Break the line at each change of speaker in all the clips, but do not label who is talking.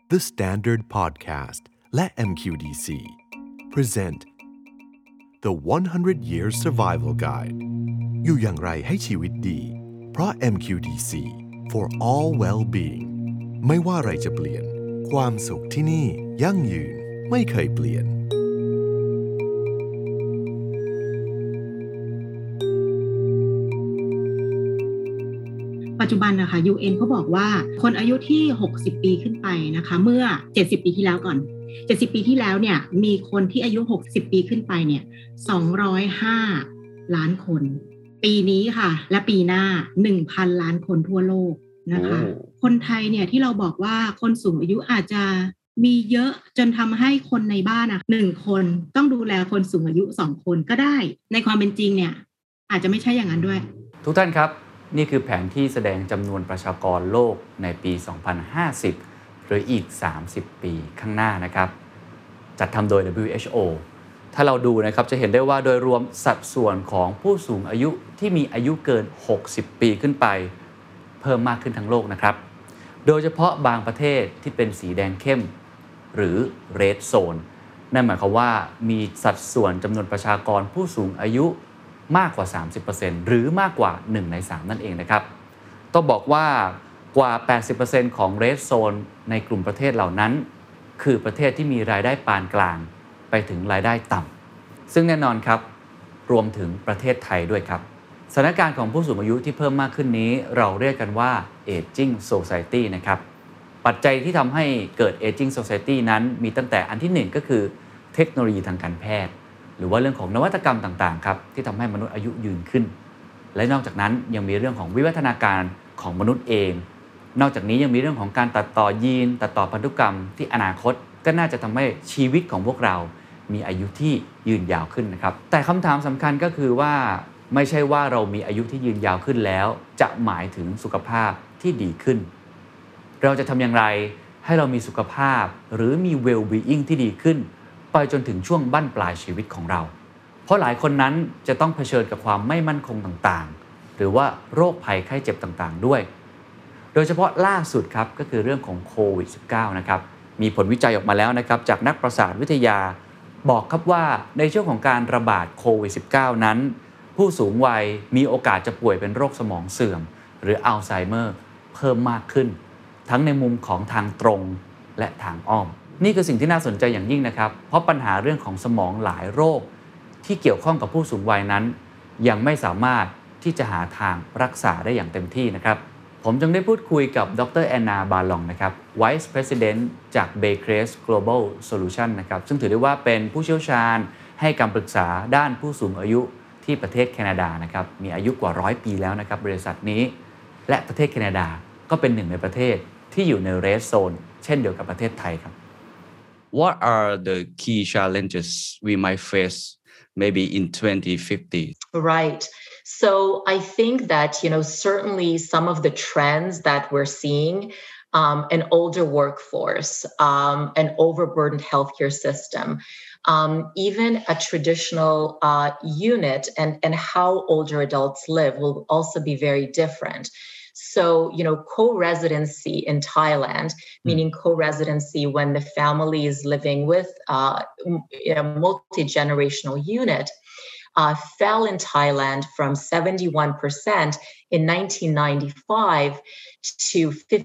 The Standard Podcast และ MQDC Present The 100 Years Survival Guide อยู่อย่างไรให้ชีวิตดีเพราะ MQDC for all well-being ไม่ว่าอะไรจะเปลี่ยนความสุขที่นี่ยั่งยืนไม่เคยเปลี่ยน
ปัจจุบันนะคะ UN เขาบอกว่าคนอายุที่60ปีขึ้นไปนะคะเมื่อ70ปีที่แล้วก่อน70ปีที่แล้วเนี่ยมีคนที่อายุ60ปีขึ้นไปเนี่ย205ล้านคนปีนี้ค่ะและปีหน้า 1,000 ล้านคนทั่วโลกนะคะคนไทยเนี่ยที่เราบอกว่าคนสูงอายุอาจจะมีเยอะจนทำให้คนในบ้าน1คนต้องดูแลคนสูงอายุ2คนก็ได้ในความเป็นจริงเนี่ยอาจจะไม่ใช่อย่างนั้นด้วย
ทุกท่านครับนี่คือแผนที่แสดงจำนวนประชากรโลกในปี 2050 หรืออีก 30 ปีข้างหน้านะครับจัดทำโดย WHO ถ้าเราดูนะครับจะเห็นได้ว่าโดยรวมสัดส่วนของผู้สูงอายุที่มีอายุเกิน 60 ปีขึ้นไปเพิ่มมากขึ้นทั้งโลกนะครับโดยเฉพาะบางประเทศที่เป็นสีแดงเข้มหรือ Red Zone นั่นหมายความว่ามีสัดส่วนจำนวนประชากรผู้สูงอายุมากกว่า 30% หรือมากกว่า1ใน3นั่นเองนะครับต้องบอกว่ากว่า 80% ของ Red Zone ในกลุ่มประเทศเหล่านั้นคือประเทศที่มีรายได้ปานกลางไปถึงรายได้ต่ำซึ่งแน่นอนครับรวมถึงประเทศไทยด้วยครับสถานการณ์ของผู้สูงอายุที่เพิ่มมากขึ้นนี้เราเรียกกันว่า Aging Society นะครับปัจจัยที่ทำให้เกิด Aging Society นั้นมีตั้งแต่อันที่1ก็คือเทคโนโลยีทางการแพทย์หรือว่าเรื่องของนวัตกรรมต่างๆครับที่ทำให้มนุษย์อายุยืนขึ้นและนอกจากนั้นยังมีเรื่องของวิวัฒนาการของมนุษย์เองนอกจากนี้ยังมีเรื่องของการตัดต่อยีนตัดต่อพันธุกรรมที่อนาคตก็น่าจะทำให้ชีวิตของพวกเรามีอายุที่ยืนยาวขึ้นนะครับแต่คำถามสำคัญก็คือว่าไม่ใช่ว่าเรามีอายุที่ยืนยาวขึ้นแล้วจะหมายถึงสุขภาพที่ดีขึ้นเราจะทำอย่างไรให้เรามีสุขภาพหรือมี well-being ที่ดีขึ้นไปจนถึงช่วงบั้นปลายชีวิตของเราเพราะหลายคนนั้นจะต้องเผชิญกับความไม่มั่นคงต่างๆหรือว่าโรคภัยไข้เจ็บต่างๆด้วยโดยเฉพาะล่าสุดครับก็คือเรื่องของโควิด -19 นะครับมีผลวิจัยออกมาแล้วนะครับจากนักประสาทวิทยาบอกครับว่าในช่วงของการระบาดโควิด -19 นั้นผู้สูงวัยมีโอกาสจะป่วยเป็นโรคสมองเสื่อมหรืออัลไซเมอร์เพิ่มมากขึ้นทั้งในมุมของทางตรงและทางอ้อมนี่คือสิ่งที่น่าสนใจอย่างยิ่งนะครับเพราะปัญหาเรื่องของสมองหลายโรคที่เกี่ยวข้องกับผู้สูงวัยนั้นยังไม่สามารถที่จะหาทางรักษาได้อย่างเต็มที่นะครับผมจึงได้พูดคุยกับดร. แอนนาบาลองนะครับ Vice President จาก Baycrest Global Solution นะครับซึ่งถือได้ว่าเป็นผู้เชี่ยวชาญให้คำปรึกษาด้านผู้สูงอายุที่ประเทศแคนาดานะครับมีอายุกว่า100 ปีแล้วนะครับบริษัทนี้และประเทศแคนาดาก็เป็นหนึ่งในประเทศที่อยู่ใน Red Zone เช่นเดียวกับประเทศไทยครับ
What are the key challenges we might face maybe in 2050?
Right. So I think that, certainly some of the trends that we're seeing, an older workforce, an overburdened healthcare system, even a traditional unit and how older adults live will also be very different. So, co-residency in Thailand, meaning co-residency when the family is living with a multi-generational unit, fell in Thailand from 71% in 1995 to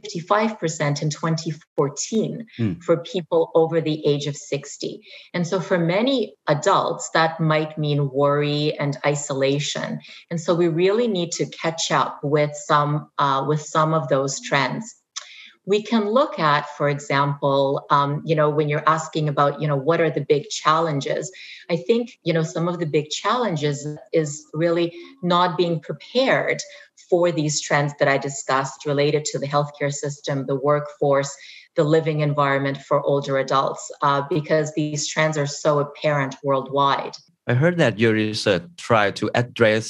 55% in 2014 for people over the age of 60. And so for many adults, that might mean worry and isolation. And so we really need to catch up with some of those trends. We can look at, for example, when you're asking about, what are the big challenges? I think, some of the big challenges is really not being prepared for these trends that I discussed related to the healthcare system, the workforce, the living environment for older adults, because these trends are so apparent worldwide.
I heard that your research tried to address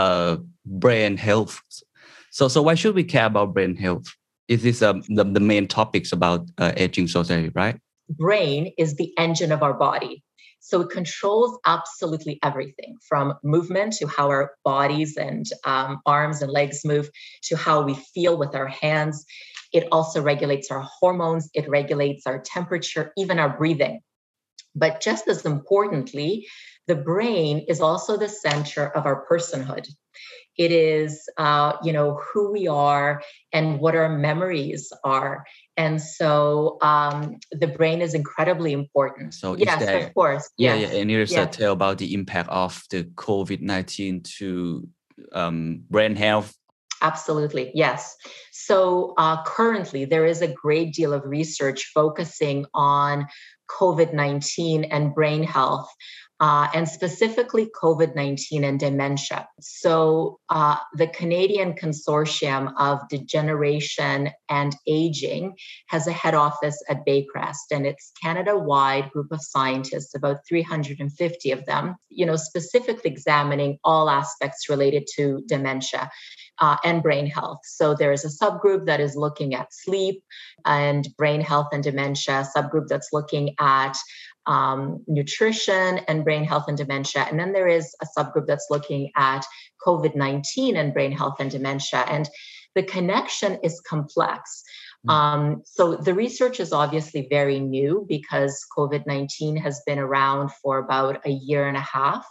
brain health. So why should we care about brain health? Is this the main topics about aging society, right?
Brain is the engine of our body. So it controls absolutely everything from movement to how our bodies and arms and legs move to how we feel with our hands. It also regulates our hormones. It regulates our temperature, even our breathing. But just as importantly, the brain is also the center of our personhood. It is, who we are and what our memories are. And so the brain is incredibly important.
So
yes, of course.
Yeah,
yes.
And here's a tale about the impact of the COVID-19 to brain health.
Absolutely, yes. So currently, there is a great deal of research focusing on COVID-19 and brain health, and specifically COVID-19 and dementia. So the Canadian Consortium of Degeneration and Aging has a head office at Baycrest, and it's a Canada-wide group of scientists, about 350 of them, specifically examining all aspects related to dementia. And brain health. So there is a subgroup that is looking at sleep and brain health and dementia, a subgroup that's looking at nutrition and brain health and dementia. And then there is a subgroup that's looking at COVID-19 and brain health and dementia. And the connection is complex. So the research is obviously very new because COVID-19 has been around for about a year and a half.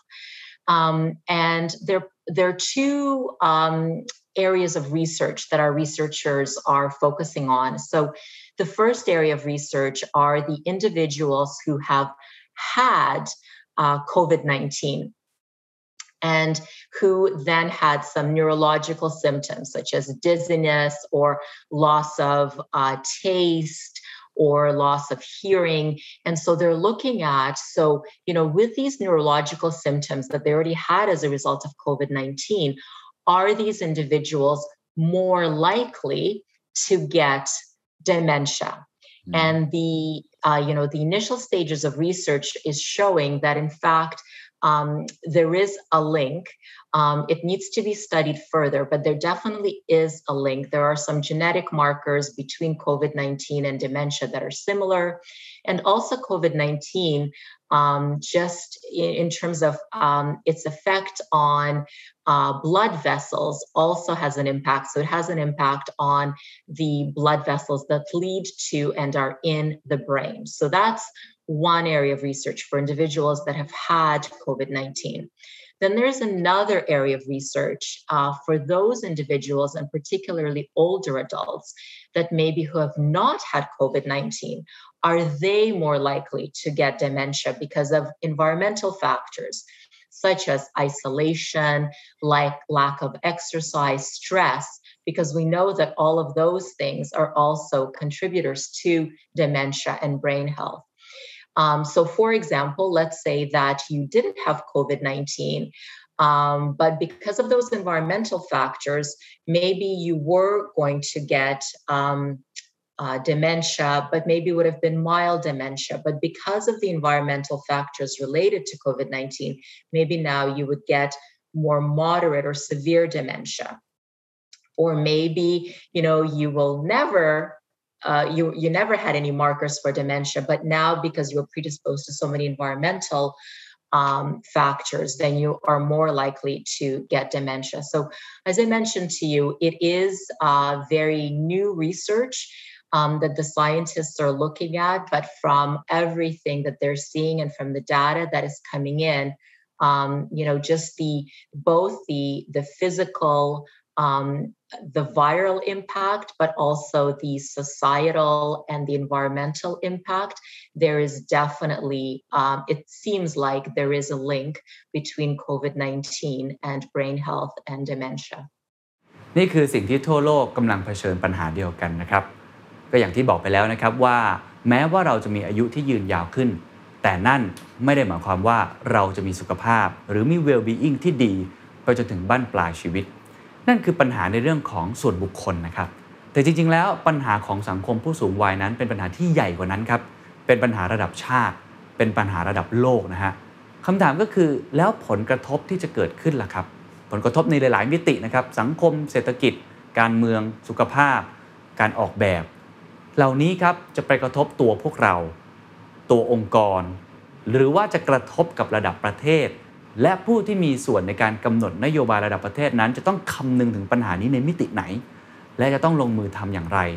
And there are two areas of research that our researchers are focusing on. So the first area of research are the individuals who have had COVID-19 and who then had some neurological symptoms such as dizziness or loss of taste or loss of hearing. And so they're looking at, with these neurological symptoms that they already had as a result of COVID-19, are these individuals more likely to get dementia? And the initial stages of research is showing that, in fact, there is a link. It needs to be studied further, but there definitely is a link. There are some genetic markers between COVID-19 and dementia that are similar. And also COVID-19, just in terms of its effect on blood vessels also has an impact. So it has an impact on the blood vessels that lead to and are in the brain. So that's one area of research for individuals that have had COVID-19. Then there's another area of research for those individuals, and particularly older adults, that maybe who have not had COVID-19. Are they more likely to get dementia because of environmental factors, such as isolation, like lack of exercise, stress? Because we know that all of those things are also contributors to dementia and brain health. So for example, let's say that you didn't have COVID-19, but because of those environmental factors, maybe you were going to get dementia, but maybe would have been mild dementia. But because of the environmental factors related to COVID-19, maybe now you would get more moderate or severe dementia. Or maybe, you will never you never had any markers for dementia, but now because you're predisposed to so many environmental factors, then you are more likely to get dementia. So as I mentioned to you, it is very new research that the scientists are looking at, but from everything that they're seeing and from the data that is coming in, just both the physical, the viral impact, but also the societal and the environmental impact, there is definitely, it seems like there is a link between COVID-19 and brain health and dementia.
นี่คือสิ่งที่ทั่วโลกกำลังเผชิญปัญหาเดียวกันนะครับก็อย่างที่บอกไปแล้วนะครับว่าแม้ว่าเราจะมีอายุที่ยืนยาวขึ้นแต่นั่นไม่ได้หมายความว่าเราจะมีสุขภาพหรือมี well-being ที่ดีไปจนถึงบั้นปลายชีวิตนั่นคือปัญหาในเรื่องของส่วนบุคคลนะครับแต่จริงๆแล้วปัญหาของสังคมผู้สูงวัยนั้นเป็นปัญหาที่ใหญ่กว่านั้นครับเป็นปัญหาระดับชาติเป็นปัญหาระดับโลกนะฮะคำถามก็คือแล้วผลกระทบที่จะเกิดขึ้นล่ะครับผลกระทบในหลายๆมิตินะครับสังคมเศรษฐกิจการเมืองสุขภาพการออกแบบเหล่านี้ครับจะไปกระทบตัวพวกเราตัวองค์กรหรือว่าจะกระทบกับระดับประเทศและผู้ที่มีส่วนในการกำหนดนโยบายระดับประเทศนั้นจะต้องคำนึงถึงปัญหานี้ในมิติไหนและจะต้องลงมือทำอย่างไร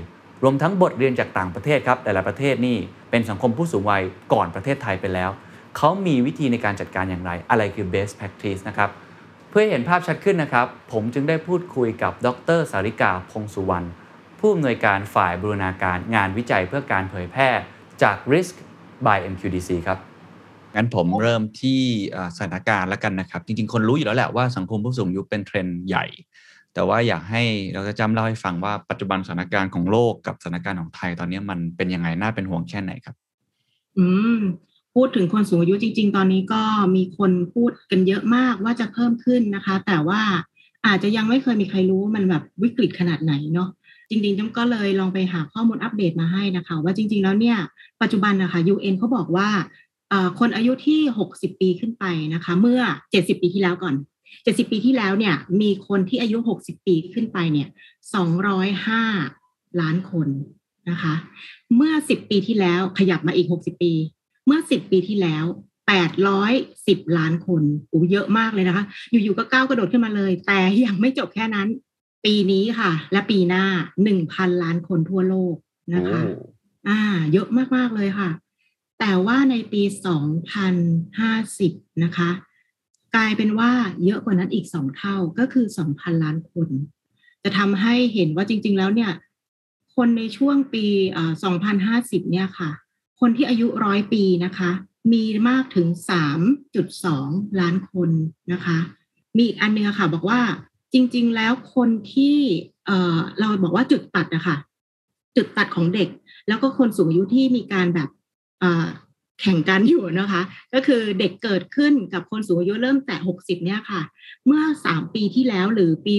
รวมทั้งบทเรียนจากต่างประเทศครับหลายๆประเทศนี่เป็นสังคมผู้สูงวัยก่อนประเทศไทยไปแล้วเขามีวิธีในการจัดการอย่างไรอะไรคือ best practice นะครับเพื่อให้เห็นภาพชัดขึ้นนะครับผมจึงได้พูดคุยกับดร.สาริกาพงษ์สุวรรณผู้อำนวยการฝ่ายบูรณาการงานวิจัยเพื่อการเผยแพร่จาก Risk by MQDC ครับ
งั้นผมเริ่มที่สถานการณ์แล้วกันนะครับจริงๆคนรู้อยู่แล้วแหละว่าสังคมผู้สูงอายุเป็นเทรนด์ใหญ่แต่ว่าอยากให้เราจะเล่าให้ฟังว่าปัจจุบันสถานการณ์ของโลกกับสถานการณ์ของไทยตอนนี้มันเป็นยังไงน่าเป็นห่วงแค่ไหนครับ
พูดถึงคนสูงอายุจริงๆตอนนี้ก็มีคนพูดกันเยอะมากว่าจะเพิ่มขึ้นนะคะแต่ว่าอาจจะยังไม่เคยมีใครรู้มันแบบวิกฤตขนาดไหนเนาะจริงๆจ้ำก็เลยลองไปหาข้อมูลอัปเดตมาให้นะคะว่าจริงๆแล้วเนี่ยปัจจุบันนะคะ UN เขาบอกว่าคนอายุที่60ปีขึ้นไปนะคะเมื่อ70ปีที่แล้วก่อน70ปีที่แล้วเนี่ยมีคนที่อายุ60ปีขึ้นไปเนี่ย205ล้านคนนะคะเมื่อ10ปีที่แล้วขยับมาอีก60ปีเมื่อ10ปีที่แล้ว810ล้านคนเยอะมากเลยนะคะอยู่ๆก็ก้าวกระโดดขึ้นมาเลยแต่ยังไม่จบแค่นั้นปีนี้ค่ะและปีหน้า 1,000 ล้านคนทั่วโลกนะคะเยอะมากๆเลยค่ะแต่ว่าในปี2050นะคะกลายเป็นว่าเยอะกว่านั้นอีก2เท่าก็คือ 2,000 ล้านคนจะทำให้เห็นว่าจริงๆแล้วเนี่ยคนในช่วงปี2050เนี่ยค่ะคนที่อายุ100ปีนะคะมีมากถึง 3.2 ล้านคนนะคะมีอีกอันนึงค่ะบอกว่าจริงๆแล้วคนที่เราบอกว่าจุดตัดอะค่ะจุดตัดของเด็กแล้วก็คนสูงอายุที่มีการแบบแข่งกันอยู่นะคะก็คือเด็กเกิดขึ้นกับคนสูงอายุเริ่มแต่60เนี่ยค่ะเมื่อ3ปีที่แล้วหรือปี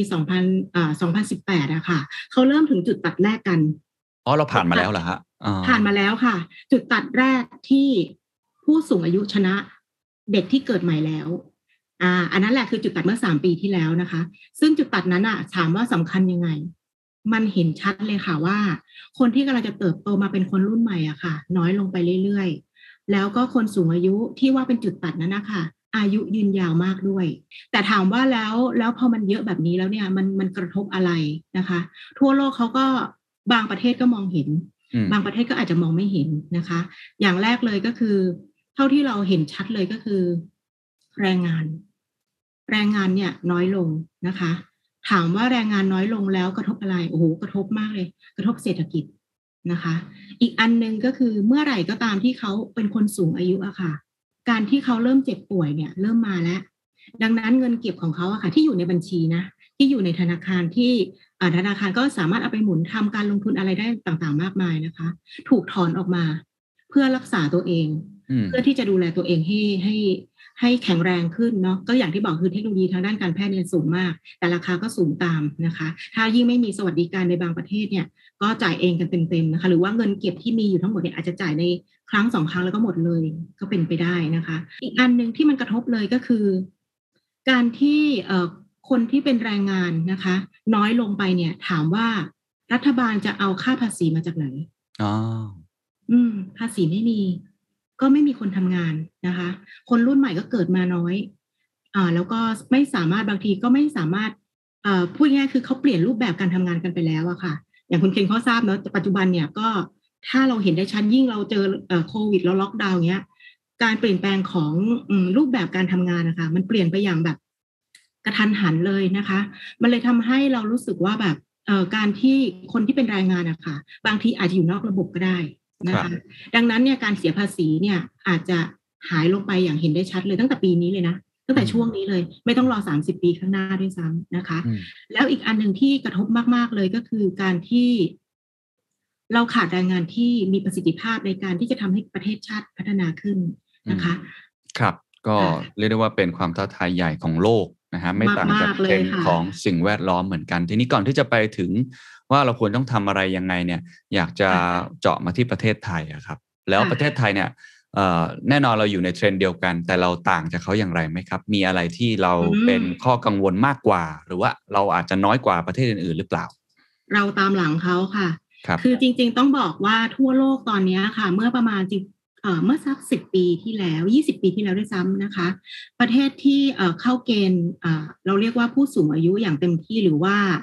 2018อะค่ะเขาเริ่มถึงจุดตัดแรกกัน
เราผ่านมาแล้วเหรอฮะ
ผ่านมาแล้วค่ะจุดตัดแรกที่ผู้สูงอายุชนะเด็กที่เกิดใหม่แล้วอันนั้นแหละคือจุดตัดเมื่อ3ปีที่แล้วนะคะซึ่งจุดตัดนั้นถามว่าสำคัญยังไงมันเห็นชัดเลยค่ะว่าคนที่กำลังจะเติบโตมาเป็นคนรุ่นใหม่อะค่ะน้อยลงไปเรื่อยๆแล้วก็คนสูงอายุที่ว่าเป็นจุดตัดนั้นนะคะอายุยืนยาวมากด้วยแต่ถามว่าแล้วพอมันเยอะแบบนี้แล้วเนี่ยมันกระทบอะไรนะคะทั่วโลกเขาก็บางประเทศก็มองเห็นบางประเทศก็อาจจะมองไม่เห็นนะคะอย่างแรกเลยก็คือเท่าที่เราเห็นชัดเลยก็คือแรงงานเนี่ยน้อยลงนะคะถามว่าแรงงานน้อยลงแล้วกระทบอะไรกระทบมากเลยกระทบเศรษฐกิจนะคะอีกอันนึงก็คือเมื่อไหร่ก็ตามที่เขาเป็นคนสูงอายุอะค่ะการที่เขาเริ่มเจ็บป่วยเนี่ยเริ่มมาแล้วดังนั้นเงินเก็บของเขาอะค่ะที่อยู่ในบัญชีนะที่อยู่ในธนาคารที่ธนาคารก็สามารถเอาไปหมุนทำการลงทุนอะไรได้ต่างๆมากมายนะคะถูกถอนออกมาเพื่อรักษาตัวเองเพื่อที่จะดูแลตัวเองให้แข็งแรงขึ้นเนาะก็อย่างที่บอกคือเทคโนโลยีทางด้านการแพทย์เนี่ยสูงมากแต่ราคาก็สูงตามนะคะถ้ายิ่งไม่มีสวัสดิการในบางประเทศเนี่ยก็จ่ายเองกันเต็มๆนะคะหรือว่าเงินเก็บที่มีอยู่ทั้งหมดเนี่ยอาจจะจ่ายในครั้ง2ครั้งแล้วก็หมดเลยก็เป็นไปได้นะคะอีกอันนึงที่มันกระทบเลยก็คือการที่คนที่เป็นแรงงานนะคะน้อยลงไปเนี่ยถามว่ารัฐบาลจะเอาค่าภาษีมาจากไหนภาษีไม่มีก็ไม่มีคนทำงานนะคะคนรุ่นใหม่ก็เกิดมาน้อยแล้วก็ไม่สามารถบางทีก็ไม่สามารถพูดง่ายๆคือเขาเปลี่ยนรูปแบบการทำงานกันไปแล้วอะค่ะอย่างคุณเคนเขาทราบเนาะปัจจุบันเนี่ยก็ถ้าเราเห็นได้ชัดยิ่งเราเจอโควิดแล้วล็อกดาวน์เงี้ยการเปลี่ยนแปลงของรูปแบบการทำงานนะคะมันเปลี่ยนไปอย่างแบบกระทันหันเลยนะคะมันเลยทำให้เรารู้สึกว่าแบบการที่คนที่เป็นแรงงานอะค่ะบางทีอาจจะอยู่นอกระบบก็ได้นะคะดังนั้นเนี่ยการเสียภาษีเนี่ยอาจจะหายลงไปอย่างเห็นได้ชัดเลยตั้งแต่ปีนี้เลยนะตั้งแต่ช่วงนี้เลยไม่ต้องรอ30ปีข้างหน้าด้วยซ้ำนะคะแล้วอีกอันหนึ่งที่กระทบมากๆเลยก็คือการที่เราขาดแรงงานที่มีประสิทธิภาพในการที่จะทำให้ประเทศชาติพัฒนาขึ้นนะคะ
ครับก็เรียกได้ว่าเป็นความท้าทายใหญ่ของโลกนะฮะไม่ต่างจากเทรนด์ของสิ่งแวดล้อมเหมือนกันทีนี้ก่อนที่จะไปถึงว่าเราควรต้องทำอะไรยังไงเนี่ยอยากจะเจาะมาที่ประเทศไทยครับแล้วประเทศไทยเนี่ยแน่นอนเราอยู่ในเทรนด์เดียวกันแต่เราต่างจากเขาอย่างไรไหมครับมีอะไรที่เราเป็นข้อกังวลมากกว่าหรือว่าเราอาจจะน้อยกว่าประเทศอื่นๆหรือเปล่า
เราตามหลังเขาค่ะคือจริงๆต้องบอกว่าทั่วโลกตอนนี้ค่ะเมื่อประมาณเมื่อสัก10ปีที่แล้ว20ปีที่แล้วด้วยซ้ำนะคะประเทศที่เข้าเกณฑ์เราเรียกว่าผู้สูงอายุอย่างเต็มที่หรือว่า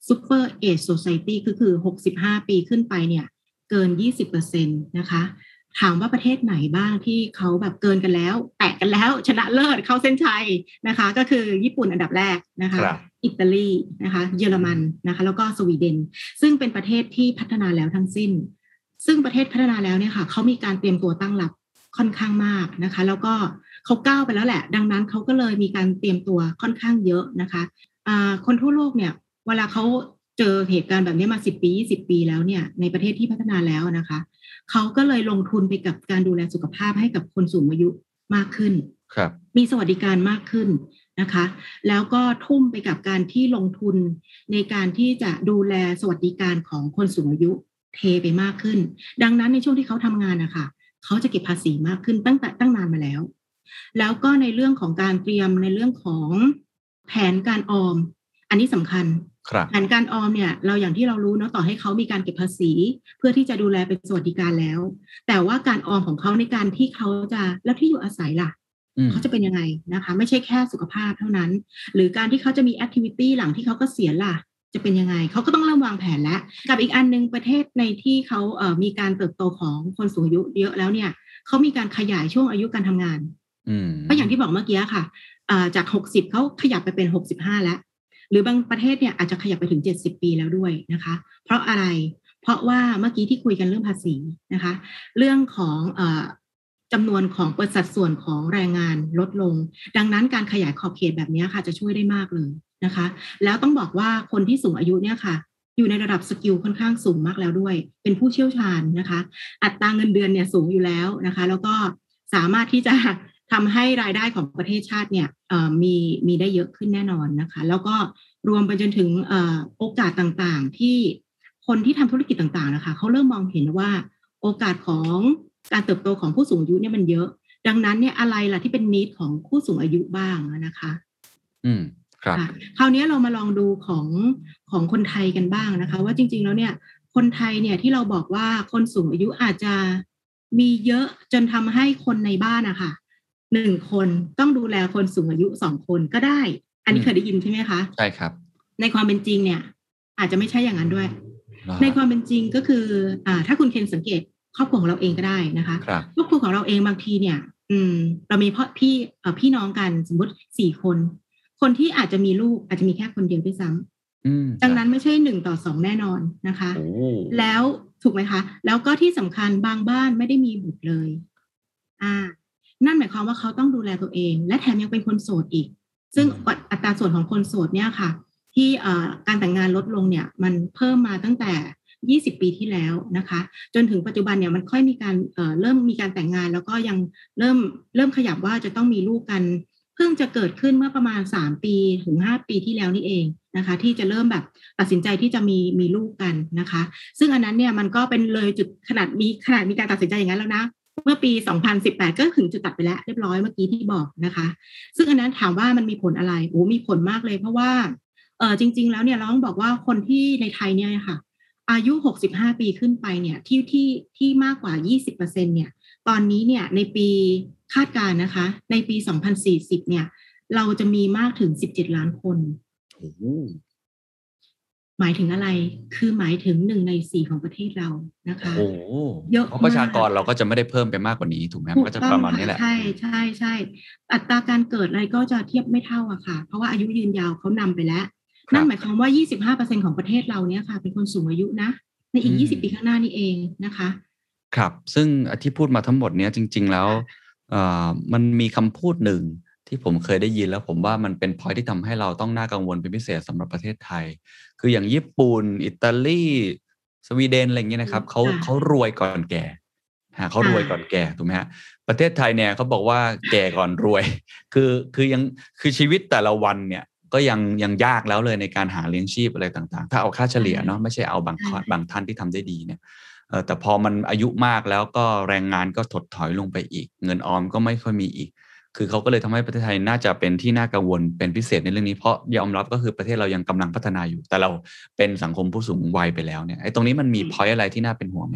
Super Age Society คือ65 ปีขึ้นไปเนี่ยเกิน 20% นะคะถามว่าประเทศไหนบ้างที่เขาแบบเกินกันแล้วแตะกันแล้วชนะเลิศเข้าเส้นชัยนะคะก็คือญี่ปุ่นอันดับแรกนะคะอิตาลีนะคะเยอรมันนะคะแล้วก็สวีเดนซึ่งเป็นประเทศที่พัฒนาแล้วทั้งสิ้นซึ่งประเทศพัฒนาแล้วเนี่ยค่ะเขามีการเตรียมตัวตั้งรับค่อนข้างมากนะคะแล้วก็เขาก้าวไปแล้วแหละดังนั้นเขาก็เลยมีการเตรียมตัวค่อนข้างเยอะนะคะคนทั่วโลกเนี่ยเวลาเขาเจอเหตุการณ์แบบนี้มา10 ปี20 ปีแล้วเนี่ยในประเทศที่พัฒนาแล้วนะคะเขาก็เลยลงทุนไปกับการดูแลสุขภาพให้กับคนสูงอายุมากขึ้นมีสวัสดิการมากขึ้นนะคะแล้วก็ทุ่มไปกับการที่ลงทุนในการที่จะดูแลสวัสดิการของคนสูงอายุเทไปมากขึ้นดังนั้นในช่วงที่เขาทำงานนะคะเขาจะเก็บภาษีมากขึ้นตั้งนานมาแล้วก็ในเรื่องของการเตรียมในเรื่องของแผนการออมอันนี้สำคัญแผนการออมเนี่ยเราอย่างที่เรารู้เนาะต่อให้เขามีการเก็บภาษีเพื่อที่จะดูแลเป็นสวัสดิการแล้วแต่ว่าการออมของเขาในการที่เขาจะแล้วที่อยู่อาศัยล่ะเขาจะเป็นยังไงนะคะไม่ใช่แค่สุขภาพเท่านั้นหรือการที่เขาจะมีแอคทิวิตี้หลังที่เขาเกษียณล่ะจะเป็นยังไงเขาก็ต้องเริ่มวางแผนแล้วกับอีกอันนึงประเทศในที่เขามีการเติบโตของคนสูงอายุเยอะแล้วเนี่ยเขามีการขยายช่วงอายุการทำงานก็อย่างที่บอกเมื่อกี้ค่ะจาก60เขาขยับไปเป็น65แล้วหรือบางประเทศเนี่ยอาจจะขยับไปถึง70 ปีแล้วด้วยนะคะเพราะอะไรเพราะว่าเมื่อกี้ที่คุยกันเรื่องภาษีนะคะเรื่องของจำนวนของสัดส่วนของแรงงานลดลงดังนั้นการขยายขอบเขตแบบนี้ค่ะจะช่วยได้มากเลยนะคะแล้วต้องบอกว่าคนที่สูงอายุเนี่ยค่ะอยู่ในระดับสกิลค่อนข้างสูงมากแล้วด้วยเป็นผู้เชี่ยวชาญนะคะอัตราเงินเดือนเนี่ยสูงอยู่แล้วนะคะแล้วก็สามารถที่จะทำให้รายได้ของประเทศชาติเนี่ยมีได้เยอะขึ้นแน่นอนนะคะแล้วก็รวมไปจนถึงโอกาสต่างๆที่คนที่ทำธุรกิจต่างๆนะคะเขาเริ่มมองเห็นว่าโอกาสของการเติบโตของผู้สูงอายุเนี่ยมันเยอะดังนั้นเนี่ยอะไรล่ะที่เป็นนิดของผู้สูงอายุบ้างนะคะ
ครับ
คราวนี้เรามาลองดูของคนไทยกันบ้างนะคะว่าจริงๆแล้วเนี่ยคนไทยเนี่ยที่เราบอกว่าคนสูงอายุอาจจะมีเยอะจนทำให้คนในบ้านนะคะ1 คนต้องดูแลคนสูงอายุ2 คนก็ได้อันนี้เคยได้ยินใช่ไหมคะ
ใช่ครับ
ในความเป็นจริงเนี่ยอาจจะไม่ใช่อย่างนั้นด้วยในความเป็นจริงก็คือถ้าคุณเคนสังเกตครอบครัวของเราเองก็ได้นะคะครอบครัวของเราเองบางทีเนี่ยเรามีพี่น้องกันสมมติ4 คนคนที่อาจจะมีลูกอาจจะมีแค่คนเดียวด้วยซ้ำดังนั้นไม่ใช่1:2แน่นอนนะคะแล้วถูกไหมคะแล้วก็ที่สำคัญบางบ้านไม่ได้มีบุตรเลยนั่นหมายความว่าเขาต้องดูแลตัวเองและแถมยังเป็นคนโสดอีกซึ่งอัตราส่วนของคนโสดเนี่ยค่ะที่การแต่งงานลดลงเนี่ยมันเพิ่มมาตั้งแต่20 ปีที่แล้วนะคะจนถึงปัจจุบันเนี่ยมันค่อยมีการเริ่มมีการแต่งงานแล้วก็ยังเริ่มขยับว่าจะต้องมีลูกกันเพิ่งจะเกิดขึ้นเมื่อประมาณ3 ปีถึง5 ปีที่แล้วนี่เองนะคะที่จะเริ่มแบบตัดสินใจที่จะมีลูกกันนะคะซึ่งอันนั้นเนี่ยมันก็เป็นเลยจุดขนาดมีการตัดสินใจอย่างนั้นแล้วนะเมื่อปี2018ก็ถึงจุดตัดไปแล้วเรียบร้อยเมื่อกี้ที่บอกนะคะซึ่งอันนั้นถามว่ามันมีผลอะไรมีผลมากเลยเพราะว่าจริงๆแล้วเนี่ยเราต้องบอกว่าคนที่ในไทยเนี่ยค่ะอายุ65 ปีขึ้นไปเนี่ยที่มากกว่า 20% เนี่ยตอนนี้เนี่ยในปีคาดการณ์นะคะในปี2040เนี่ยเราจะมีมากถึง17 ล้านคนหมายถึงอะไรคือหมายถึง1 ใน 4ของประเทศเรานะคะ
เยอะเพราะประชากรเราก็จะไม่ได้เพิ่มไปมากกว่านี้ถูกไหมก็จะประมาณนี้แหละ
ใช่อัตราการเกิดอะไรก็จะเทียบไม่เท่าอะค่ะเพราะว่าอายุยืนยาวเขานำไปแล้วนั่นหมายความว่า 25% ของประเทศเราเนี่ยค่ะเป็นคนสูงอายุนะในอีก20 ปีข้างหน้านี่เองนะคะ
ครับซึ่งที่พูดมาทั้งหมดเนี้ยจริงๆแล้วมันมีคำพูดหนึ่งที่ผมเคยได้ยินแล้วผมว่ามันเป็น point ที่ทำให้เราต้องน่ากังวลเป็นพิเศษสำหรับประเทศไทยคืออย่างญี่ปุ่นอิตาลีสวีเดนอะไรอย่างเงี้ยนะครับเขารวยก่อนแก่เขารวยก่อนแก่ถูกไหมฮะประเทศไทยเนี่ยเขาบอกว่าแก่ก่อนรวยคือชีวิตแต่ละวันเนี่ยก็ยังยากแล้วเลยในการหาเลี้ยงชีพอะไรต่างๆถ้าเอาค่าเฉลี่ยเนาะไม่ใช่เอาบางท่านที่ทำได้ดีเนี่ยแต่พอมันอายุมากแล้วก็แรงงานก็ถดถอยลงไปอีกเงินออมก็ไม่ค่อยมีอีกคือเขาก็เลยทำให้ประเทศไทยน่าจะเป็นที่น่ากังวลเป็นพิเศษในเรื่องนี้เพราะยอมรับก็คือประเทศเรายังกำลังพัฒนาอยู่แต่เราเป็นสังคมผู้สูงวัยไปแล้วเนี่ยไอ้ตรงนี้มันมี point อะไรที่น่าเป็นห่วงไหมครับ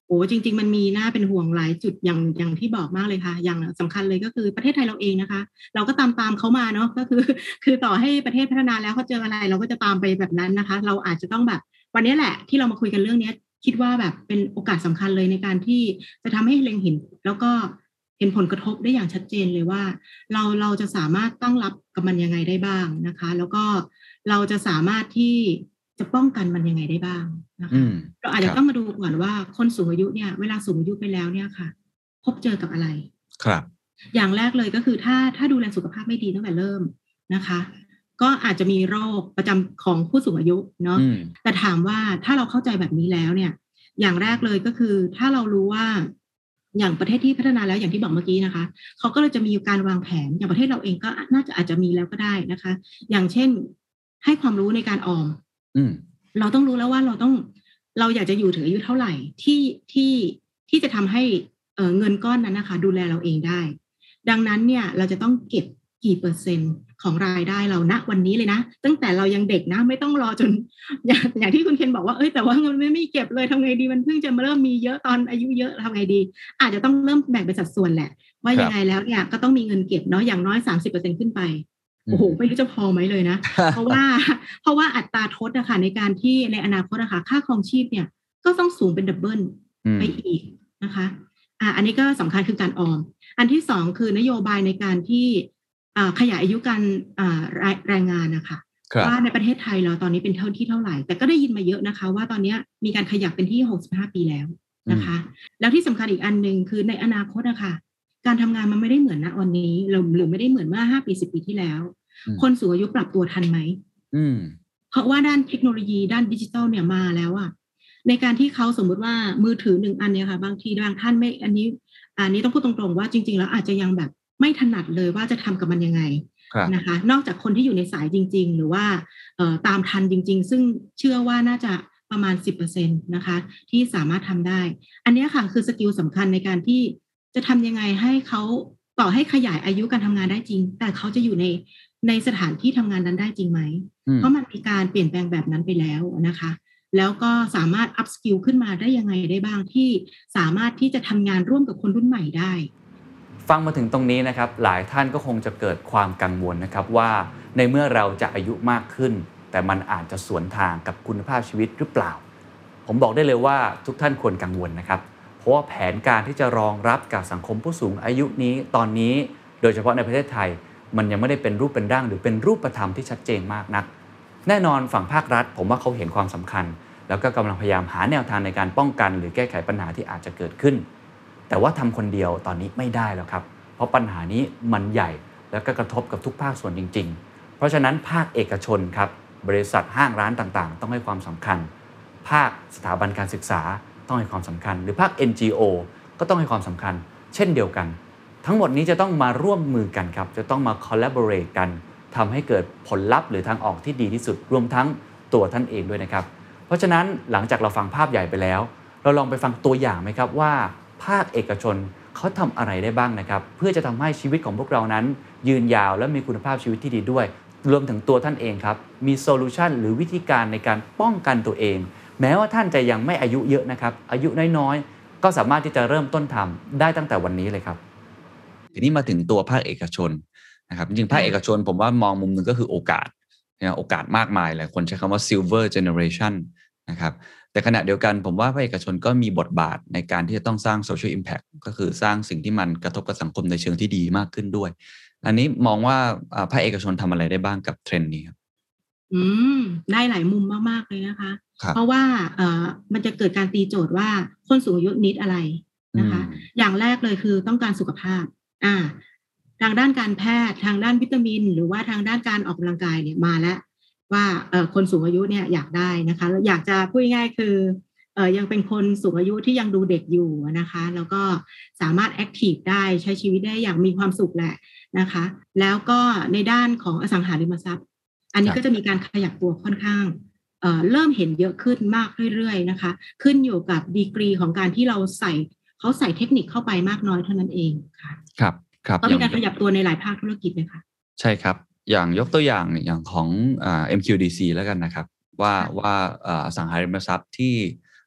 โอ้จริงๆมันมีน่าเป็นห่วงหลายจุดอย่างที่บอกมากเลยค่ะอย่างสำคัญเลยก็คือประเทศไทยเราเองนะคะเราก็ตามเขามาเนาะก็คือต่อให้ประเทศพัฒนาแล้วเขาเจออะไรเราก็จะตามไปแบบนั้นนะคะเราอาจจะต้องแบบวันนี้แหละที่เรามาคุยกันเรื่องนี้คิดว่าแบบเป็นโอกาสสำคัญเลยในการที่จะทำให้เล็งเห็นแล้วก็เห็นผลกระทบได้อย่างชัดเจนเลยว่าเราจะสามารถตั้งรับกับมันยังไงได้บ้างนะคะแล้วก็เราจะสามารถที่จะป้องกันมันยังไงได้บ้างนะคะเราอาจจะต้องมาดูก่อนว่าคนสูงอายุเนี่ยเวลาสูงอายุไปแล้วเนี่ยค่ะพบเจอกับอะไร
ครับ
อย่างแรกเลยก็คือถ้าดูแลสุขภาพไม่ดีตั้งแต่เริ่มนะคะก็อาจจะมีโรคประจำของผู้สูงอายุเนาะแต่ถามว่าถ้าเราเข้าใจแบบนี้แล้วเนี่ยอย่างแรกเลยก็คือถ้าเรารู้ว่าอย่างประเทศที่พัฒนาแล้วอย่างที่บอกเมื่อกี้นะคะเขาก็เลยจะมีการวางแผนอย่างประเทศเราเองก็น่าจะอาจจะมีแล้วก็ได้นะคะอย่างเช่นให้ความรู้ในการออมเราต้องรู้แล้วว่าเราอยากจะอยู่ถึงอายุเท่าไหร่ที่จะทำให้เงินก้อนนั้นนะคะดูแลเราเองได้ดังนั้นเนี่ยเราจะต้องเก็บกี่เปอร์เซ็นต์ของรายได้เราณวันนี้เลยนะตั้งแต่เรายังเด็กนะไม่ต้องรอจนอย่างที่คุณเคนบอกว่าแต่ว่าเงินไม่เก็บเลยทำไงดีมันเพิ่งจะมาเริ่มมีเยอะตอนอายุเยอะทำไงดีอาจจะต้องเริ่มแบ่งเป็นสัดส่วนแหละว่ายังไงแล้วเนี่ยก็ต้องมีเงินเก็บเนาะอย่างน้อย 30% ขึ้นไปโอ้โหไม่รู้จะพอไหมเลยนะ เพราะว่าอัตราทดนะคะในการที่ในอนาคตนะคะค่าครองชีพเนี่ยก็ต้องสูงเป็นดับเบิลไปอีกนะคะอันนี้ก็สำคัญคือการออมอันที่สองคือนโยบายในการที่ขยายอายุการแรงงานนะคะว่าในประเทศไทยเราตอนนี้เป็นเท่าไหร่แต่ก็ได้ยินมาเยอะนะคะว่าตอนนี้มีการขยับเป็นที่65ปีแล้วนะคะแล้วที่สำคัญอีกอันนึงคือในอนาคตนะคะการทำงานมันไม่ได้เหมือนณวันนี้หรือไม่ได้เหมือนเมื่อ5 ปี 10 ปีที่แล้วคนสูงอายุปรับตัวทันไหมเพราะว่าด้านเทคโนโลยีด้านดิจิทัลเนี่ยมาแล้วอะในการที่เขาสมมติว่ามือถือ1 อันเนี่ยค่ะบางทีบางท่านไม่อันนี้ต้องพูดตรงๆว่าจริงๆแล้วอาจจะยังแบบไม่ถนัดเลยว่าจะทำกับมันยังไงนะคะนอกจากคนที่อยู่ในสายจริงๆหรือว่าตามทันจริงๆซึ่งเชื่อว่าน่าจะประมาณ 10% นะคะที่สามารถทำได้อันนี้ค่ะคือสกิลสำคัญในการที่จะทำยังไงให้เขาต่อให้ขยายอายุการทำงานได้จริงแต่เขาจะอยู่ในสถานที่ทำงานนั้นได้จริงไหมเพราะมันมีการเปลี่ยนแปลงแบบนั้นไปแล้วนะคะแล้วก็สามารถอัพสกิลขึ้นมาได้ยังไงได้บ้างที่สามารถที่จะทำงานร่วมกับคนรุ่นใหม่ได้
ฟังมาถึงตรงนี้นะครับหลายท่านก็คงจะเกิดความกังวลนะครับว่าในเมื่อเราจะอายุมากขึ้นแต่มันอาจจะสวนทางกับคุณภาพชีวิตหรือเปล่าผมบอกได้เลยว่าทุกท่านควรกังวลนะครับเพราะว่าแผนการที่จะรองรับกับสังคมผู้สูงอายุนี้ตอนนี้โดยเฉพาะในประเทศไทยมันยังไม่ได้เป็นรูปเป็นร่างหรือเป็นรูปธรรมที่ชัดเจนมากนักแน่นอนฝั่งภาครัฐผมว่าเขาเห็นความสำคัญแล้วก็กำลังพยายามหาแนวทางในการป้องกันหรือแก้ไขปัญหาที่อาจจะเกิดขึ้นแต่ว่าทำคนเดียวตอนนี้ไม่ได้แล้วครับเพราะปัญหานี้มันใหญ่แล้วก็กระทบกับทุกภาคส่วนจริงๆเพราะฉะนั้นภาคเอกชนครับบริษัทห้างร้านต่างๆต้องให้ความสำคัญภาคสถาบันการศึกษาต้องให้ความสำคัญหรือภาค NGO ก็ต้องให้ความสำคัญเช่นเดียวกันทั้งหมดนี้จะต้องมาร่วมมือกันครับจะต้องมา collaborate กันทำให้เกิดผลลัพธ์หรือทางออกที่ดีที่สุดรวมทั้งตัวท่านเองด้วยนะครับเพราะฉะนั้นหลังจากเราฟังภาพใหญ่ไปแล้วเราลองไปฟังตัวอย่างไหมครับว่าภาคเอกชนเขาทำอะไรได้บ้างนะครับเพื่อจะทำให้ชีวิตของพวกเรานั้นยืนยาวและมีคุณภาพชีวิตที่ดีด้วยรวมถึงตัวท่านเองครับมีโซลูชันหรือวิธีการในการป้องกันตัวเองแม้ว่าท่านจะยังไม่อายุเยอะนะครับอายุน้อยๆก็สามารถที่จะเริ่มต้นทำได้ตั้งแต่วันนี้เลยครับ
ทีนี้มาถึงตัวภาคเอกชนนะครับจริงๆภาคเอกชนผมว่ามองมุมนึงก็คือโอกาสโอกาสมากมายหลายคนใช้คำว่า silver generation นะครับแต่ขณะเดียวกันผมว่าภาคเอกชนก็มีบทบาทในการที่จะต้องสร้าง social impact ก็คือสร้างสิ่งที่มันกระทบกับสังคมในเชิงที่ดีมากขึ้นด้วยอันนี้มองว่าภาคเอกชนทำอะไรได้บ้างกับเทรนด์นี้ครับ
ได้หลายมุมมากๆเลยนะคะเพราะว่ามันจะเกิดการตีโจทย์ว่าคนสูงอายุนิดอะไรนะคะอย่างแรกเลยคือต้องการสุขภาพทางด้านการแพทย์ทางด้านวิตามินหรือว่าทางด้านการออกกำลังกายเนี่ยมาแล้วว่าคนสูงอายุเนี่ยอยากได้นะคะอยากจะพูดง่ายๆคือยังเป็นคนสูงอายุที่ยังดูเด็กอยู่นะคะแล้วก็สามารถแอคทีฟได้ใช้ชีวิตได้อย่างมีความสุขแหละนะคะแล้วก็ในด้านของอสังหาริมทรัพย์อันนี้ก็จะมีการขยับตัวค่อนข้างเริ่มเห็นเยอะขึ้นมากเรื่อยๆนะคะขึ้นอยู่กับดีกรีของการที่เขาใส่เทคนิคเข้าไปมากน้อยเท่านั้นเองค่ะ
ครับ
ก็มีการขยับตัวในหลายภาคธุรกิจเลยค่ะ
ใช่ครับอย่างยกตัวอย่างของMQDC แล้วกันนะครับว่าอสังหาริมทรัพย์ที่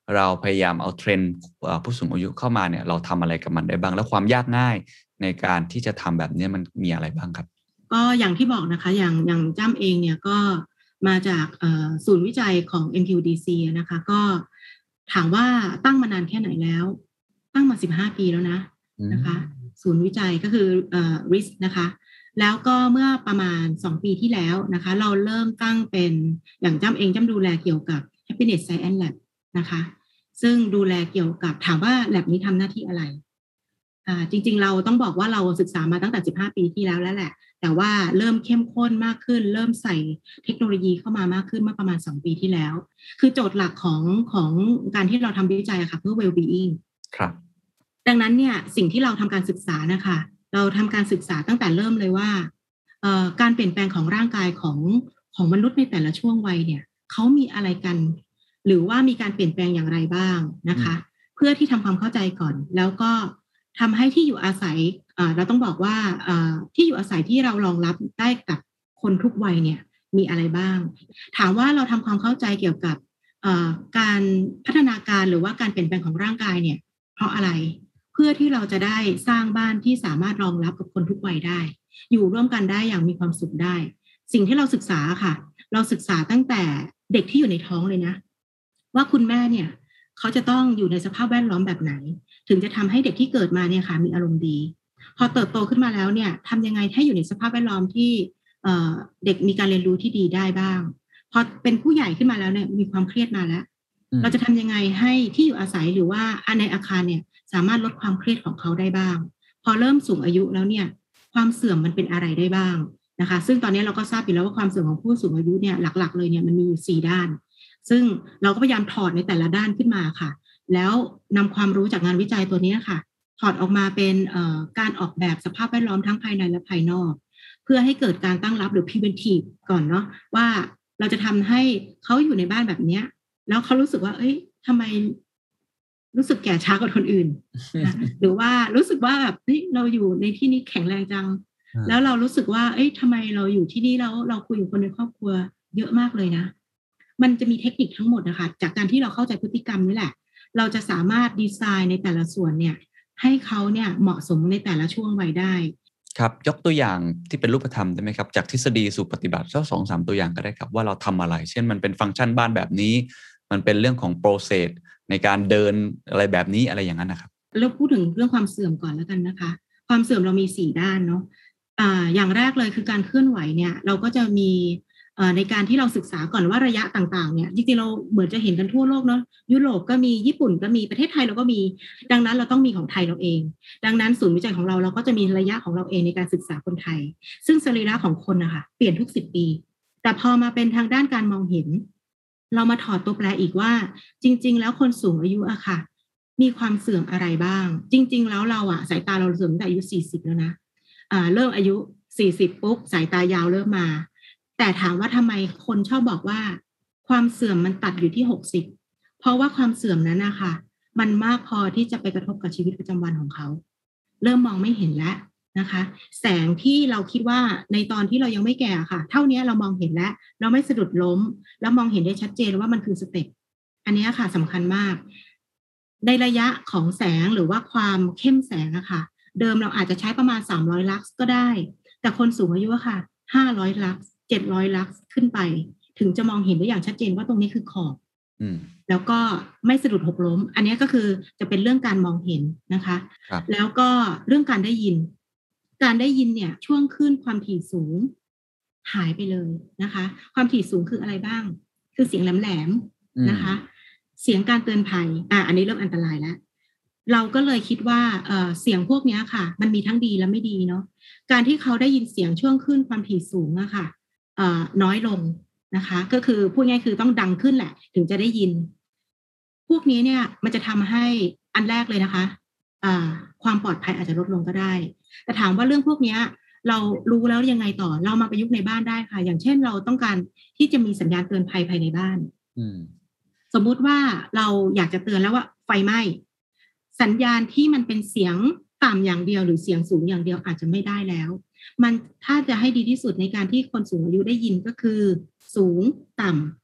เราพยายามเอาเทรนด์ผู้สูงอายุเข้ามาเนี่ยเราทำอะไรกับมันได้บ้างแล้วความยากง่ายในการที่จะทำแบบนี้มันมีอะไรบ้างครับ
ก็อย่างที่บอกนะคะอย่างจ้ำเองเนี่ยก็มาจากศูนย์วิจัยของ MQDC นะคะก็ถามว่าตั้งมานานแค่ไหนแล้วตั้งมา15 ปีแล้วนะคะศูนย์วิจัยก็คือRIS นะคะแล้วก็เมื่อประมาณ2 ปีที่แล้วนะคะเราเริ่มตั้งเป็นอย่างจ้ำเองจ้ำดูแลเกี่ยวกับ Happiness Science Lab นะคะซึ่งดูแลเกี่ยวกับถามว่า lab นี้ทำหน้าที่อะไรจริงๆเราต้องบอกว่าเราศึกษามาตั้งแต่15 ปีที่แล้วแหละแต่ว่าเริ่มเข้มข้นมากขึ้นเริ่มใส่เทคโนโลยีเข้ามามากขึ้นเมื่อประมาณ2 ปีที่แล้วคือโจทย์หลักของการที่เราทำวิจัยค่ะเพื่อ well-being
ครับ
ดังนั้นเนี่ยสิ่งที่เราทำการศึกษานะคะเราทำการศึกษาตั้งแต่เริ่มเลยว่าการเปลี่ยนแปลงของร่างกายของมนุษย์ในแต่ละช่วงวัยเนี่ยเขามีอะไรกันหรือว่ามีการเปลี่ยนแปลงอย่างไรบ้างนะคะเพื่อที่ทำความเข้าใจก่อนแล้วก็ทำให้ที่อยู่อาศัยเราต้องบอกว่าที่อยู่อาศัยที่เรารองรับได้กับคนทุกวัยเนี่ยมีอะไรบ้างถามว่าเราทำความเข้าใจเกี่ยวกับการพัฒนาการหรือว่าการเปลี่ยนแปลงของร่างกายเนี่ยเพราะอะไรเพื่อที่เราจะได้สร้างบ้านที่สามารถรองรับกับคนทุกวัยได้อยู่ร่วมกันได้อย่างมีความสุขได้สิ่งที่เราศึกษาค่ะเราศึกษาตั้งแต่เด็กที่อยู่ในท้องเลยนะว่าคุณแม่เนี่ยเขาจะต้องอยู่ในสภาพแวดล้อมแบบไหนถึงจะทำให้เด็กที่เกิดมาเนี่ยค่ะมีอารมณ์ดีพอเติบโตขึ้นมาแล้วเนี่ยทำยังไงให้อยู่ในสภาพแวดล้อมที่เด็กมีการเรียนรู้ที่ดีได้บ้างพอเป็นผู้ใหญ่ขึ้นมาแล้วเนี่ยมีความเครียดมาแล้วเราจะทำยังไงให้ที่อยู่อาศัยหรือว่าในอาคารเนี่ยสามารถลดความเครียดของเขาได้บ้างพอเริ่มสูงอายุแล้วเนี่ยความเสื่อมมันเป็นอะไรได้บ้างนะคะซึ่งตอนนี้เราก็ทราบอยู่แล้วว่าความเสื่อมของผู้สูงอายุเนี่ยหลักๆเลยเนี่ยมันมีอยู่4 ด้านซึ่งเราก็พยายามถอดในแต่ละด้านขึ้นมาค่ะแล้วนำความรู้จากงานวิจัยตัวนี้ค่ะถอดออกมาเป็นการออกแบบสภาพแวดล้อมทั้งภายในและภายนอกเพื่อให้เกิดการตั้งรับหรือ preventive ก่อนเนาะว่าเราจะทำให้เขาอยู่ในบ้านแบบนี้แล้วเขารู้สึกว่าเอ้ยทำไมรู้สึกแก่ช้ากว่าคนอื่นนะหรือว่ารู้สึกว่าแบบเราอยู่ในที่นี้แข็งแรงจังแล้วเรารู้สึกว่าเอ้ยทำไมเราอยู่ที่นี่แล้วเราคุยกับคนในครอบครัวเยอะมากเลยนะมันจะมีเทคนิคทั้งหมดนะคะจากการที่เราเข้าใจพฤติกรรมนี่แหละเราจะสามารถดีไซน์ในแต่ละส่วนเนี่ยให้เขาเนี่ยเหมาะสมในแต่ละช่วงวัยได้
ครับยกตัวอย่างที่เป็นรูปธรรมได้ไหมครับจากทฤษฎีสู่ปฏิบัติสัก 2-3 ตัวอย่างก็ได้ครับว่าเราทำอะไรเช่นมันเป็นฟังก์ชันบ้านแบบนี้มันเป็นเรื่องของโปรเซสในการเดินอะไรแบบนี้อะไรอย่างนั้นนะครับ
เราพูดถึงเรื่องความเสื่อมก่อนแล้วกันนะคะความเสื่อมเรามี4 ด้านเนาะอย่างแรกเลยคือการเคลื่อนไหวเนี่ยเราก็จะมีในการที่เราศึกษาก่อนว่าระยะต่างๆเนี่ยจริงๆเราเหมือนจะเห็นกันทั่วโลกเนาะยุโรปก็มีญี่ปุ่นก็มีประเทศไทยเราก็มีดังนั้นเราต้องมีของไทยเราเองดังนั้นศูนย์วิจัยของเราก็จะมีระยะของเราเองในการศึกษาคนไทยซึ่งสรีระของคนนะคะเปลี่ยนทุก10 ปีแต่พอมาเป็นทางด้านการมองเห็นเรามาถอดตัวแปรอีกว่าจริงๆแล้วคนสูงอายุอะค่ะมีความเสื่อมอะไรบ้างจริงๆแล้วเราอะสายตาเราเสื่อมตั้งแต่อายุ40แล้วนะเริ่มอายุ40ปุ๊บสายตายาวเริ่มมาแต่ถามว่าทำไมคนชอบบอกว่าความเสื่อมมันตัดอยู่ที่60เพราะว่าความเสื่อมนั้นนะคะมันมากพอที่จะไปกระทบกับชีวิตประจำวันของเขาเริ่มมองไม่เห็นแล้วนะคะแสงที่เราคิดว่าในตอนที่เรายังไม่แก่ค่ะเท่านี้เรามองเห็นแล้วเราไม่สะดุดล้มแล้วมองเห็นได้ชัดเจนว่ามันคือสเต็ปอันนี้ค่ะสำคัญมากในระยะของแสงหรือว่าความเข้มแสงอะค่ะเดิมเราอาจจะใช้ประมาณ300 ลักซ์ก็ได้แต่คนสูงอายุอะค่ะ500 ลักซ์700 ลักซ์ขึ้นไปถึงจะมองเห็นได้อย่างชัดเจนว่าตรงนี้คือขอบแล้วก็ไม่สะดุดหกล้มอันนี้ก็คือจะเป็นเรื่องการมองเห็นนะคะแล้วก็เรื่องการได้ยินเนี่ยช่วงคลื่นความถี่สูงหายไปเลยนะคะความถี่สูงคืออะไรบ้างคือเสียงแหลมๆนะคะเสียงการเตือนภัยอันนี้เริ่มอันตรายแล้วเราก็เลยคิดว่าเสียงพวกนี้ค่ะมันมีทั้งดีและไม่ดีเนาะการที่เขาได้ยินเสียงช่วงคลื่นความถี่สูงอะค่ะน้อยลงนะคะก็คือพูดง่ายคือต้องดังขึ้นแหละถึงจะได้ยินพวกนี้เนี่ยมันจะทำให้อันแรกเลยนะคะความปลอดภัยอาจจะลดลงก็ได้แต่ถามว่าเรื่องพวกนี้เรารู้แล้วยังไงต่อเรามาประยุกต์ในบ้านได้ค่ะอย่างเช่นเราต้องการที่จะมีสัญญาณเตือนภัยภายในบ้านสมมุติว่าเราอยากจะเตือนแล้วว่าไฟไหม้สัญญาณที่มันเป็นเสียงต่ำอย่างเดียวหรือเสียงสูงอย่างเดียวอาจจะไม่ได้แล้วมันถ้าจะให้ดีที่สุดในการที่คนสูงอายุได้ยินก็คือสูงต่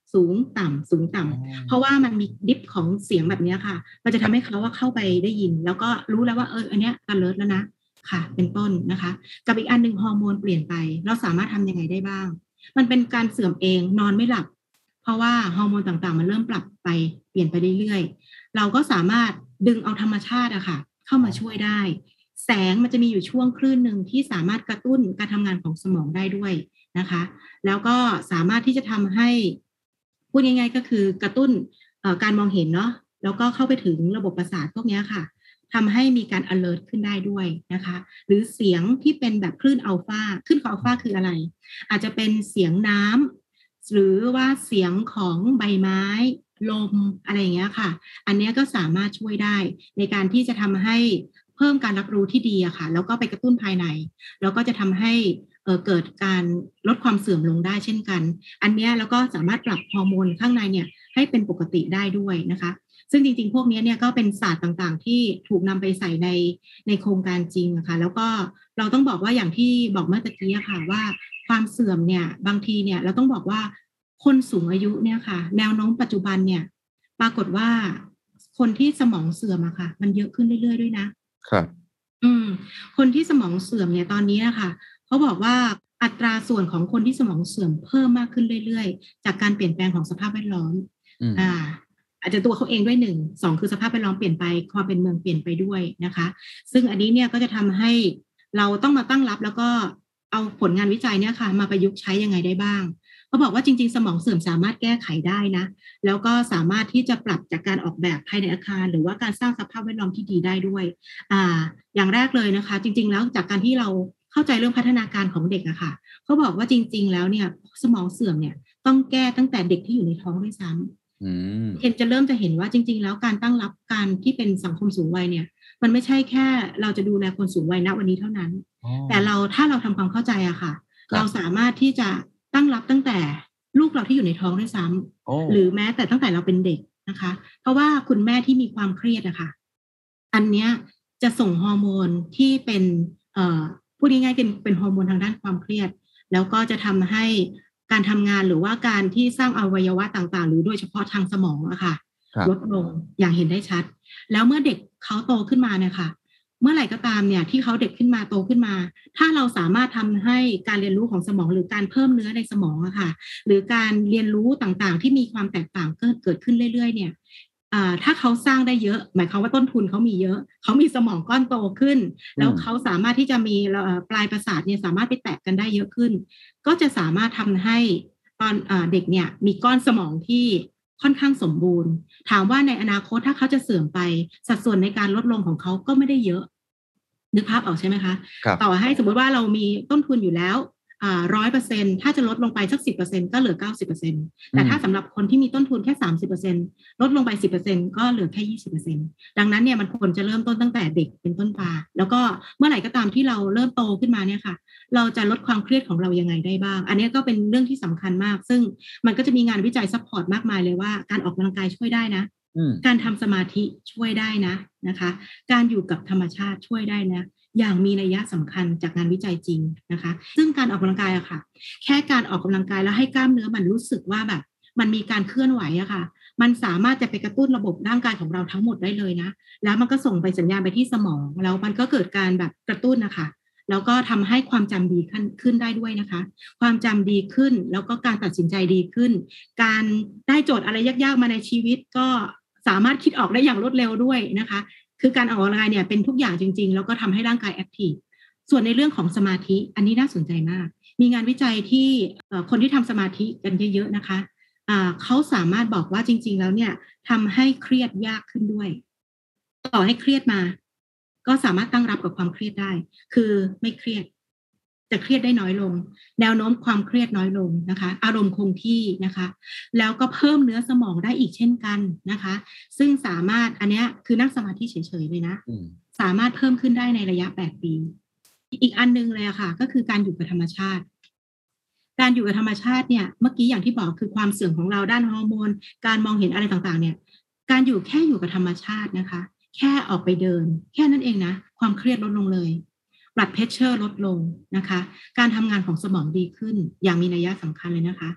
สูงต่ำสูงต่ำเพราะว่ามันมีดิฟของเสียงแบบนี้ค่ะมันจะทำให้เขาว่าเข้าไปได้ยินแล้วก็รู้แล้วว่าอันเนี้ยalertแล้วนะค่ะเป็นต้นนะคะกับอีกอันนึงฮอร์โมนเปลี่ยนไปเราสามารถทำยังไงได้บ้างมันเป็นการเสื่อมเองนอนไม่หลับเพราะว่าฮอร์โมนต่างๆมันเริ่มปรับไปเปลี่ยนไปเรื่อยๆเราก็สามารถดึงเอาธรรมชาติอะค่ะเข้ามาช่วยได้แสงมันจะมีอยู่ช่วงคลื่นหนึ่งที่สามารถกระตุ้นการทำงานของสมองได้ด้วยนะคะแล้วก็สามารถที่จะทำให้พูดง่ายๆก็คือกระตุ้นการมองเห็นเนาะแล้วก็เข้าไปถึงระบบประสาทพวกนี้ค่ะทำให้มีการ alert ขึ้นได้ด้วยนะคะหรือเสียงที่เป็นแบบคลื่นอัลฟาคลื่นอัลฟาคืออะไรอาจจะเป็นเสียงน้ำหรือว่าเสียงของใบไม้ลมอะไรอย่างเงี้ยค่ะอันนี้ก็สามารถช่วยได้ในการที่จะทำให้เพิ่มการรับรู้ที่ดีอะค่ะแล้วก็ไปกระตุ้นภายในแล้วก็จะทำให้เกิดการลดความเสื่อมลงได้เช่นกันอันนี้แล้วก็สามารถปรับฮอร์โมนข้างในเนี่ยให้เป็นปกติได้ด้วยนะคะซึ่งจริงๆพวกนี้เนี่ยก็เป็นศาสตร์ต่างๆที่ถูกนำไปใส่ในโครงการจริงอะค่ะแล้วก็เราต้องบอกว่าอย่างที่บอกเมื่อตะกี้ค่ะว่าความเสื่อมเนี่ยบางทีเนี่ยเราต้องบอกว่าคนสูงอายุเนี่ยค่ะแนวโน้มปัจจุบันเนี่ยปรากฏว่าคนที่สมองเสื่อมอะค่ะมันเยอะขึ้นเรื่อยๆด้วยนะครับคนที่สมองเสื่อมเนี่ยตอนนี้นะคะเขาบอกว่าอัตราส่วนของคนที่สมองเสื่อมเพิ่มมากขึ้นเรื่อยๆจากการเปลี่ยนแปลงของสภาพแวดล้อมอาจจะตัวเขาเองด้วย1 2คือสภาพแวดล้อมเปลี่ยนไปความเป็นเมืองเปลี่ยนไปด้วยนะคะซึ่งอันนี้เนี่ยก็จะทำให้เราต้องมาตั้งรับแล้วก็เอาผลงานวิจัยเนี่ยค่ะมาประยุกต์ใช้ยังไงได้บ้างเขาบอกว่าจริงๆสมองเสื่อมสามารถแก้ไขได้นะแล้วก็สามารถที่จะปรับจากการออกแบบภายในอาคารหรือว่าการสร้างสภาพแวดล้อมที่ดีได้ด้วยอย่างแรกเลยนะคะจริงๆแล้วจากการที่เราเข้าใจเรื่องพัฒนาการของเด็กอะค่ะเขาบอกว่าจริงๆแล้วเนี่ยสมองเสื่อมเนี่ยต้องแก้ตั้งแต่เด็กที่อยู่ในท้องด้วยซ้ำจะเริ่มจะเห็นว่าจริงๆแล้วการตั้งรับการที่เป็นสังคมสูงวัยเนี่ยมันไม่ใช่แค่เราจะดูแลคนสูงวัยณวันนี้เท่านั้นแต่ถ้าเราทำความเข้าใจอะค่ะเราสามารถที่จะตั้งรับตั้งแต่ลูกเราที่อยู่ในท้องด้วยซ้ำหรือแม้แต่ตั้งแต่เราเป็นเด็กนะคะเพราะว่าคุณแม่ที่มีความเครียดอะค่ะอันเนี้ยจะส่งฮอร์โมนที่เป็นพูดง่ายๆเป็นฮอร์โมนทางด้านความเครียดแล้วก็จะทำให้การทำงานหรือว่าการที่สร้างอวัยวะต่างๆหรือโดยเฉพาะทางสมองอะค่ะลดลงอย่างเห็นได้ชัดแล้วเมื่อเด็กเขาโตขึ้นมาเนี่ยค่ะเมื่อไหร่ก็ตามเนี่ยที่เขาเด็กขึ้นมาโตขึ้นมาถ้าเราสามารถทำให้การเรียนรู้ของสมองหรือการเพิ่มเนื้อในสมองอะค่ะหรือการเรียนรู้ต่างๆที่มีความแตกต่างเกิดขึ้นเรื่อยๆเนี่ยถ้าเขาสร้างได้เยอะหมายความว่าต้นทุนเขามีเยอะเขามีสมองก้อนโตขึ้นแล้วเขาสามารถที่จะมีปลายประสาทเนี่ยสามารถไปแตะกันได้เยอะขึ้นก็จะสามารถทำให้ตอนเด็กเนี่ยมีก้อนสมองที่ค่อนข้างสมบูรณ์ถามว่าในอนาคตถ้าเขาจะเสื่อมไปสัดส่วนในการลดลงของเขาก็ไม่ได้เยอะนึกภาพออกใช่ไหมคะต่อให้สมมติว่าเรามีต้นทุนอยู่แล้ว100%ถ้าจะลดลงไปสัก 10% ก็เหลือ 90% แต่ถ้าสำหรับคนที่มีต้นทุนแค่ 30% ลดลงไป 10% ก็เหลือแค่ 20% ดังนั้นเนี่ยมันควรจะเริ่มต้นตั้งแต่เด็กเป็นต้นมาแล้วก็เมื่อไหร่ก็ตามที่เราเริ่มโตขึ้นมาเนี่ยค่ะเราจะลดความเครียดของเรายังไงได้บ้างอันนี้ก็เป็นเรื่องที่สำคัญมากซึ่งมันก็จะมีงานวิจัยซัพพอร์ตมากมายเลยว่าการออกกำลังกายช่วยได้นะการทำสมาธิช่วยได้นะคะการอยู่กับธรรมชาติช่วยได้นะอย่างมีนัยสำคัญจากงานวิจัยจริงนะคะซึ่งการออกกำลังกายอะค่ะแค่การออกกำลังกายแล้วให้กล้ามเนื้อมันรู้สึกว่าแบบมันมีการเคลื่อนไหวอะค่ะมันสามารถจะไปกระตุ้นระบบร่างกายของเราทั้งหมดได้เลยนะแล้วมันก็ส่งไปสัญญาณไปที่สมองแล้วมันก็เกิดการแบบกระตุ้นนะคะแล้วก็ทำให้ความจำดีขึ้นได้ด้วยนะคะความจำดีขึ้นแล้วก็การตัดสินใจดีขึ้นการได้โจทย์อะไรยากๆมาในชีวิตก็สามารถคิดออกได้อย่างรวดเร็วด้วยนะคะคือการออกกำลังกายเนี่ยเป็นทุกอย่างจริงๆแล้วก็ทำให้ร่างกายแอคทีฟส่วนในเรื่องของสมาธิอันนี้น่าสนใจมากมีงานวิจัยที่คนที่ทำสมาธิกันเยอะๆนะคะเขาสามารถบอกว่าจริงๆแล้วเนี่ยทำให้เครียดยากขึ้นด้วยต่อให้เครียดมาก็สามารถตั้งรับกับความเครียดได้คือไม่เครียดจะเครียดได้น้อยลงแนวโน้มความเครียดน้อยลงนะคะอารมณ์คงที่นะคะแล้วก็เพิ่มเนื้อสมองได้อีกเช่นกันนะคะซึ่งสามารถอันนี้คือนั่งสมาธิเฉยๆเลยนะสามารถเพิ่มขึ้นได้ในระยะ8 ปีอีกอันนึงเลยค่ะก็คือการอยู่กับธรรมชาติการอยู่กับธรรมชาติเนี่ยเมื่อกี้อย่างที่บอกคือความเสื่อมของเราด้านฮอร์โมนการมองเห็นอะไรต่างๆเนี่ยการอยู่กับธรรมชาตินะคะแค่ออกไปเดินแค่นั้นเองนะความเครียดลดลงเลยblood pressure ลดลงนะคะการทำงานของสมองดีขึ้นอย่างมีนัยสำคัญเลยนะคะ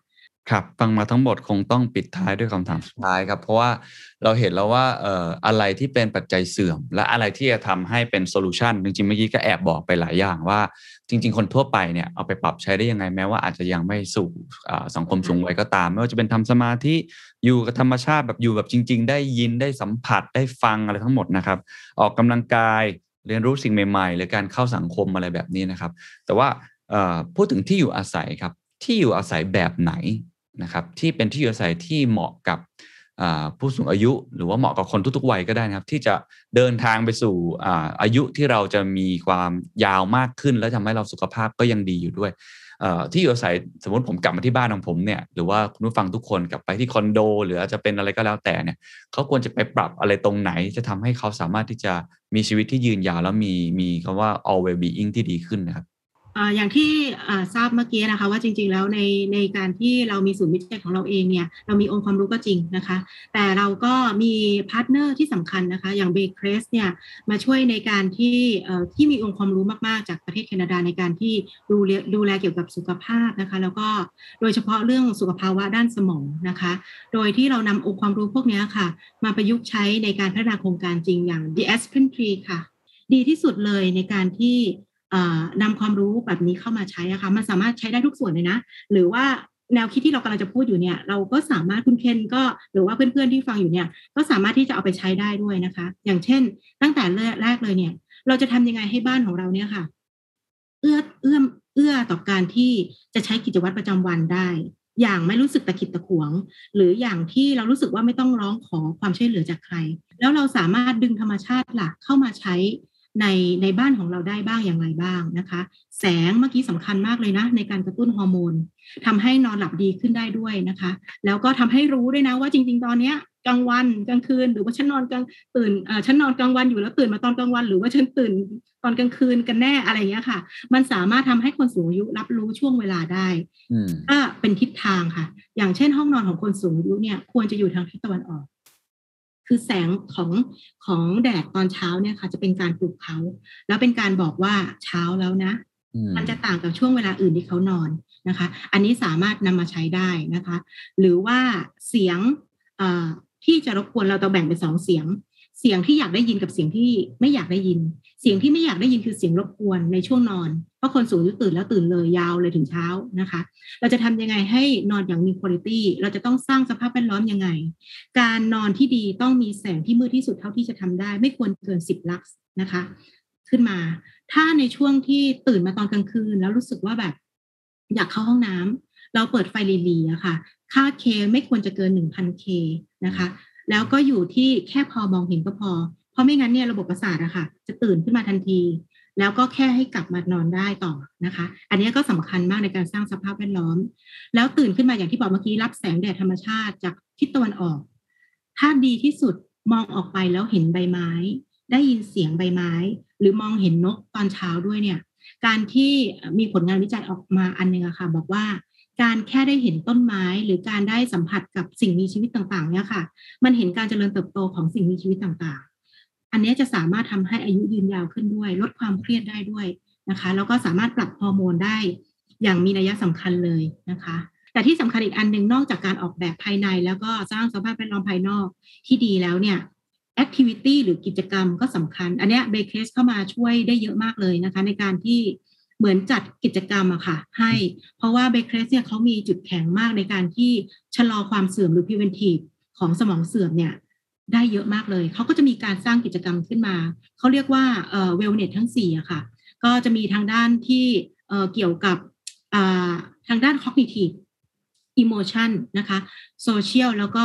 ครับฟังมาทั้งหมดคงต้องปิดท้ายด้วยคำถามสุดท้ายครับเพราะว่าเราเห็นแล้วว่าอะไรที่เป็นปัจจัยเสื่อมและอะไรที่จะทำให้เป็นโซลูชันจริงๆเมื่อกี้ก็แอบบอกไปหลายอย่างว่าจริงๆคนทั่วไปเนี่ยเอาไปปรับใช้ได้ยังไงแม้ว่าอาจจะยังไม่สู่สังคมสูงวัยก็ตามไม่ว่าจะเป็นทำสมาธิอยู่กับธรรมชาติแบบอยู่แบบจริงๆได้ยินได้สัมผัสได้ฟังอะไรทั้งหมดนะครับออกกำลังกายเรียนรู้สิ่งใหม่ๆหรือการเข้าสังคมอะไรแบบนี้นะครับแต่ว่าพูดถึงที่อยู่อาศัยครับที่อยู่อาศัยแบบไหนนะครับที่เป็นที่อยู่อาศัยที่เหมาะกับผู้สูงอายุหรือว่าเหมาะกับคนทุกๆวัยก็ได้นะครับที่จะเดินทางไปสู่อายุที่เราจะมีความยาวมากขึ้นและทำให้เราสุขภาพก็ยังดีอยู่ด้วยที่อยู่อาศัยสมมติผมกลับมาที่บ้านของผมเนี่ยหรือว่าคุณผู้ฟังทุกคนกลับไปที่คอนโดหรืออาจจะเป็นอะไรก็แล้วแต่เนี่ยเขาควรจะไปปรับอะไรตรงไหนจะทำให้เขาสามารถที่จะมีชีวิตที่ยืนยาวแล้วมีคำว่า all well being ที่ดีขึ้นนะครับ
อย่างที่ทราบเมื่อกี้นะคะว่าจริงๆแล้วในการที่เรามีศูนย์วิจัยของเราเองเนี่ยเรามีองค์ความรู้ก็จริงนะคะแต่เราก็มีพาร์ทเนอร์ที่สำคัญนะคะอย่าง Baycrest เนี่ยมาช่วยในการที่มีองค์ความรู้มากๆจากประเทศแคนาดาในการที่ดูแลเกี่ยวกับสุขภาพนะคะแล้วก็โดยเฉพาะเรื่องสุขภาวะด้านสมองนะคะโดยที่เรานำองค์ความรู้พวกนี้ค่ะมาประยุกต์ใช้ในการพัฒนาโครงการจริงอย่าง The Aspen Tree ค่ะดีที่สุดเลยในการที่นำความรู้แบบนี้เข้ามาใช้อะค่ะมันสามารถใช้ได้ทุกส่วนเลยนะหรือว่าแนวคิดที่เรากำลังจะพูดอยู่เนี่ยเราก็สามารถคุณเคนก็หรือว่าเพื่อนๆที่ฟังอยู่เนี่ยก็สามารถที่จะเอาไปใช้ได้ด้วยนะคะอย่างเช่นตั้งแต่แรกเลยเนี่ยเราจะทำยังไงให้บ้านของเราเนี่ยค่ะเอื้อต่อการที่จะใช้กิจวัตรประจำวันได้อย่างไม่รู้สึกตะขิดตะขวงหรืออย่างที่เรารู้สึกว่าไม่ต้องร้องขอความช่วยเหลือจากใครแล้วเราสามารถดึงธรรมชาติหลักเข้ามาใช้ในบ้านของเราได้บ้างอย่างไรบ้างนะคะแสงเมื่อกี้สำคัญมากเลยนะในการกระตุ้นฮอร์โมนทำให้นอนหลับดีขึ้นได้ด้วยนะคะแล้วก็ทำให้รู้ด้วยนะว่าจริงๆตอนนี้กลางวันกลางคืนหรือว่าฉันนอนกลางวันอยู่แล้วตื่นมาตอนกลางวันหรือว่าฉันตื่นตอนกลางคืนกันแน่อะไรอย่างเงี้ยค่ะมันสามารถทำให้คนสูงอายุรับรู้ช่วงเวลาได้ก็เป็นทิศทางค่ะอย่างเช่นห้องนอนของคนสูงอายุเนี่ยควรจะอยู่ทางทิศตะวันออกคือแสงของแดดตอนเช้าเนี่ยค่ะจะเป็นการปลุกเขาแล้วเป็นการบอกว่าเช้าแล้วนะมันจะต่างกับช่วงเวลาอื่นที่เขานอนนะคะอันนี้สามารถนำมาใช้ได้นะคะหรือว่าเสียงที่จะรบกวนเราต้องแบ่งเป็น2เสียงที่อยากได้ยินกับเสียงที่ไม่อยากได้ยินเสียงที่ไม่อยากได้ยินคือเสียงรบกวนในช่วงนอนเพราะคนสูงอายุตื่นแล้วตื่นเลยยาวเลยถึงเช้านะคะเราจะทำยังไงให้นอนอย่างมี quality เราจะต้องสร้างสภาพแวดล้อมยังไงการนอนที่ดีต้องมีแสงที่มืดที่สุดเท่าที่จะทำได้ไม่ควรเกิน10 ลักซ์นะคะขึ้นมาถ้าในช่วงที่ตื่นมาตอนกลางคืนแล้วรู้สึกว่าแบบอยากเข้าห้องน้ำเราเปิดไฟหลีๆอะค่ะค่า K ไม่ควรจะเกิน 1,000 K นะคะแล้วก็อยู่ที่แค่พอมองเห็นก็พอเพราะไม่งั้นเนี่ยระบบประสาทอะค่ะจะตื่นขึ้นมาทันทีแล้วก็แค่ให้กลับมานอนได้ต่อนะคะอันนี้ก็สำคัญมากในการสร้างสภาพแวดล้อมแล้วตื่นขึ้นมาอย่างที่บอกเมื่อกี้รับแสงแดดธรรมชาติจากทิศตะวันออกถ้าดีที่สุดมองออกไปแล้วเห็นใบไม้ได้ยินเสียงใบไม้หรือมองเห็นนกตอนเช้าด้วยเนี่ยการที่มีผลงานวิจัยออกมาอันนึงอะค่ะบอกว่าการแค่ได้เห็นต้นไม้หรือการได้สัมผัสกับสิ่งมีชีวิตต่างๆเนี่ยค่ะมันเห็นการเจริญเติบโตของสิ่งมีชีวิตต่างๆอันนี้จะสามารถทำให้อายุยืนยาวขึ้นด้วยลดความเครียดได้ด้วยนะคะแล้วก็สามารถปรับฮอร์โมนได้อย่างมีนัยสำคัญเลยนะคะแต่ที่สำคัญอีกอันนึงนอกจากการออกแบบภายในแล้วก็สร้างสภาพแวดล้อมภายนอกที่ดีแล้วเนี่ยactivity หรือกิจกรรมก็สำคัญอันนี้ Baycrest เข้ามาช่วยได้เยอะมากเลยนะคะในการที่เหมือนจัดกิจกรรมอะค่ะให้เพราะว่า Baycrest เนี่ยเขามีจุดแข็งมากในการที่ชะลอความเสื่อมหรือ preventive ของสมองเสื่อมเนี่ยได้เยอะมากเลยเขาก็จะมีการสร้างกิจกรรมขึ้นมาเขาเรียกว่าwellness ทั้ง4อะค่ะก็จะมีทางด้านที่เกี่ยวกับทางด้าน cognitive emotion นะคะ social แล้วก็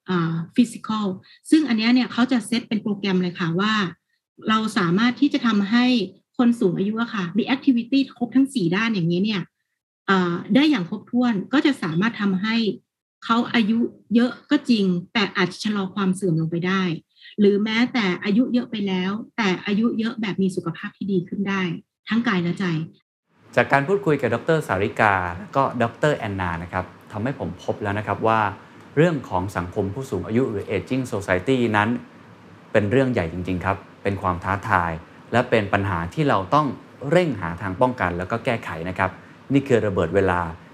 physical ซึ่งอันนี้เนี่ยเขาจะเซตเป็นโปรแกรมเลยค่ะว่าเราสามารถที่จะทำให้คนสูงอายุอะค่ะมี activity ครบทั้ง4ด้านอย่างนี้เนี่ยได้อย่างครบถ้วนก็จะสามารถทำให้เขาอายุเยอะก็จริงแต่อาจจะชะลอความเสื่อมลงไปได้หรือแม้แต่อายุเยอะไปแล้วแต่อายุเยอะแบบมีสุขภาพที่ดีขึ้นได้ทั้งกายและใจ
จากการพูดคุยกับดร.สาริกาและก็ดร.แอนนานะครับทำให้ผมพบแล้วนะครับว่าเรื่องของสังคมผู้สูงอายุหรือ Aging Society นั้นเป็นเรื่องใหญ่จริงๆครับเป็นความท้าทายและเป็นปัญหาที่เราต้องเร่งหาทางป้องกันแล้วก็แก้ไขนะครับนี่คือระเบิดเวลา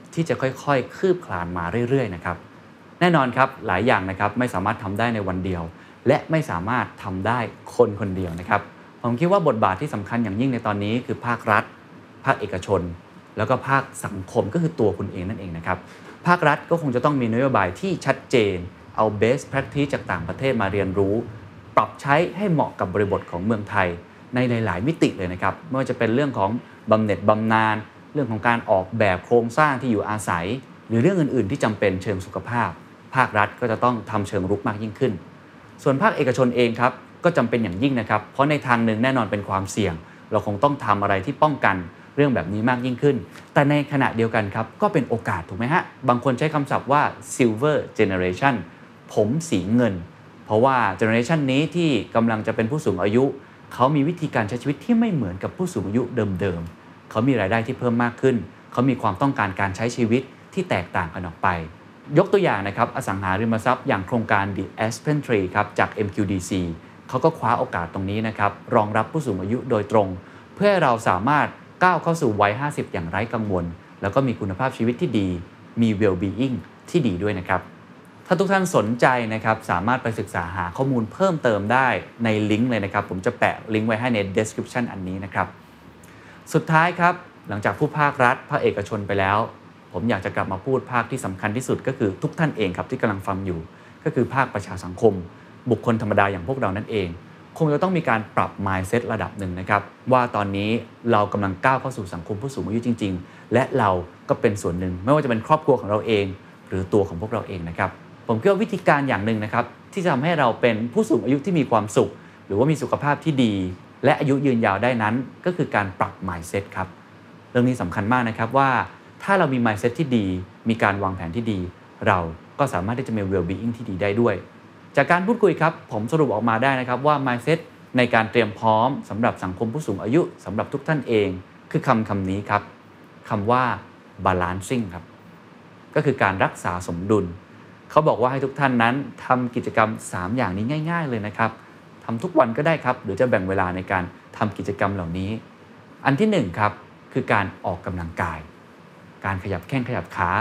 ที่จะค่อยๆคืบคลานมาเรื่อยๆนะครับแน่นอนครับหลายอย่างนะครับไม่สามารถทำได้ในวันเดียวและไม่สามารถทำได้คนคนเดียวนะครับผมคิดว่าบทบาทที่สำคัญอย่างยิ่งในตอนนี้คือภาครัฐภาคเอกชนแล้วก็ภาคสังคมก็คือตัวคุณเองนั่นเองนะครับภาครัฐก็คงจะต้องมีนโยบายที่ชัดเจนเอา best practice จากต่างประเทศมาเรียนรู้ปรับใช้ให้เหมาะกับบริบทของเมืองไทยในหลายๆมิติเลยนะครับไม่ว่าจะเป็นเรื่องของบำเหน็จบำนาญเรื่องของการออกแบบโครงสร้างที่อยู่อาศัยหรือเรื่องอื่นๆที่จำเป็นเชิงสุขภาพภาครัฐก็จะต้องทำเชิงรุกมากยิ่งขึ้นส่วนภาคเอกชนเองครับก็จำเป็นอย่างยิ่งนะครับเพราะในทางหนึ่งแน่นอนเป็นความเสี่ยงเราคงต้องทำอะไรที่ป้องกันเรื่องแบบนี้มากยิ่งขึ้นแต่ในขณะเดียวกันครับก็เป็นโอกาสถูกไหมฮะบางคนใช้คำศัพท์ว่า silver generation ผมสีเงินเพราะว่า generation นี้ที่กำลังจะเป็นผู้สูงอายุเขามีวิธีการใช้ชีวิตที่ไม่เหมือนกับผู้สูงอายุเดิมๆเขามีรายได้ที่เพิ่มมากขึ้นเขามีความต้องการการใช้ชีวิตที่แตกต่างกันออกไปยกตัวอย่างนะครับอสังหาริมทรัพย์อย่างโครงการ The Aspen Tree ครับจาก MQDC เขาก็คว้าโอกาสตรงนี้นะครับรองรับผู้สูงอายุโดยตรงเพื่อให้เราสามารถก้าวเข้าสู่วัย 50 อย่างไร้กังวลแล้วก็มีคุณภาพชีวิตที่ดีมี well-being ที่ดีด้วยนะครับถ้าทุกท่านสนใจนะครับสามารถไปศึกษาหาข้อมูลเพิ่มเติมได้ในลิงก์เลยนะครับผมจะแปะลิงก์ไว้ให้ใน description อันนี้นะครับสุดท้ายครับหลังจากผู้ภาครัฐภาคเอกชนไปแล้วผมอยากจะกลับมาพูดภาคที่สำคัญที่สุดก็คือทุกท่านเองครับที่กำลังฟังอยู่ก็คือภาคประชาสังคมบุคคลธรรมดาอย่างพวกเรานั่นเองคงจะต้องมีการปรับ mindset ระดับหนึ่งนะครับว่าตอนนี้เรากำลังก้าวเข้าสู่สังคมผู้สูงอายุจริงๆและเราก็เป็นส่วนหนึ่งไม่ว่าจะเป็นครอบครัวของเราเองหรือตัวของพวกเราเองนะครับผมคิดว่าวิธีการอย่างหนึ่งนะครับที่จะทำให้เราเป็นผู้สูงอายุที่มีความสุขหรือว่ามีสุขภาพที่ดีและอายุยืนยาวได้นั้นก็คือการปรับ mindset ครับเรื่องนี้สำคัญมากนะครับว่าถ้าเรามี mindset ที่ดีมีการวางแผนที่ดีเราก็สามารถที่จะมี well-being ที่ดีได้ด้วยจากการพูดคุยครับผมสรุปออกมาได้นะครับว่า mindset ในการเตรียมพร้อมสำหรับสังคมผู้สูงอายุสำหรับทุกท่านเองคือคำนี้ครับคำว่า balancing ครับก็คือการรักษาสมดุลเขาบอกว่าให้ทุกท่านนั้นทำกิจกรรม3อย่างนี้ง่ายๆเลยนะครับทำทุกวันก็ได้ครับหรือจะแบ่งเวลาในการทำกิจกรรมเหล่านี้อันที่1ครับคือการออกกำลังกายการขยับแข้งขยับขา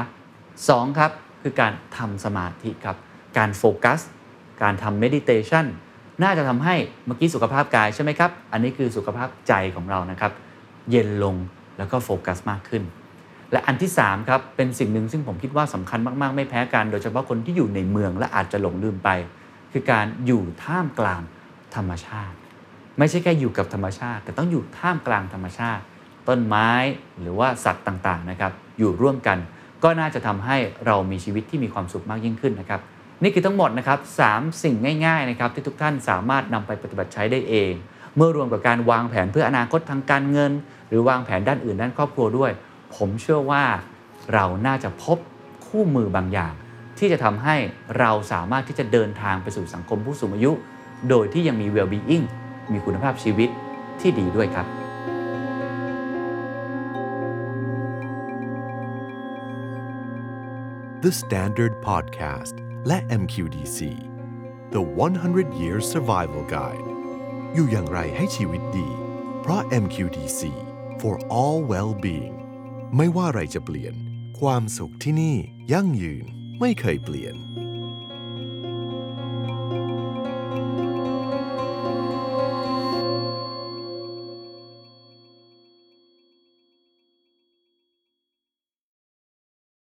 2ครับคือการทำสมาธิครับการโฟกัสการทำเมดิเทชันน่าจะทำให้เมื่อกี้สุขภาพกายใช่ไหมครับอันนี้คือสุขภาพใจของเรานะครับเย็นลงแล้วก็โฟกัสมากขึ้นและอันที่3ครับเป็นสิ่งหนึ่งซึ่งผมคิดว่าสำคัญมากๆไม่แพ้กันโดยเฉพาะคนที่อยู่ในเมืองและอาจจะหลงลืมไปคือการอยู่ท่ามกลางธรรมชาติไม่ใช่แค่อยู่กับธรรมชาติแต่ต้องอยู่ท่ามกลางธรรมชาติต้นไม้หรือว่าสัตว์ต่างๆนะครับอยู่ร่วมกันก็น่าจะทำให้เรามีชีวิตที่มีความสุขมากยิ่งขึ้นนะครับนี่คือทั้งหมดนะครับ3สิ่งง่ายๆนะครับที่ทุกท่านสามารถนำไปปฏิบัติใช้ได้เองเมื่อรวมกับการวางแผนเพื่ออนาคตทางการเงินหรือวางแผนด้านอื่นด้านครอบครัวด้วยผมเชื่อว่าเราน่าจะพบคู่มือบางอย่างที่จะทำให้เราสามารถที่จะเดินทางไปสู่สังคมผู้สูงอายุโดยที่ยังมี well-being มีคุณภาพชีวิตที่ดีด้วยครับ
The Standard Podcast และ MQDC The 100 Years Survival Guide อยู่อย่างไรให้ชีวิตดีเพราะ MQDC for all well-being ไม่ว่าอะไรจะเปลี่ยนความสุขที่นี่ยั่งยืนไม่เคยเปลี่ยน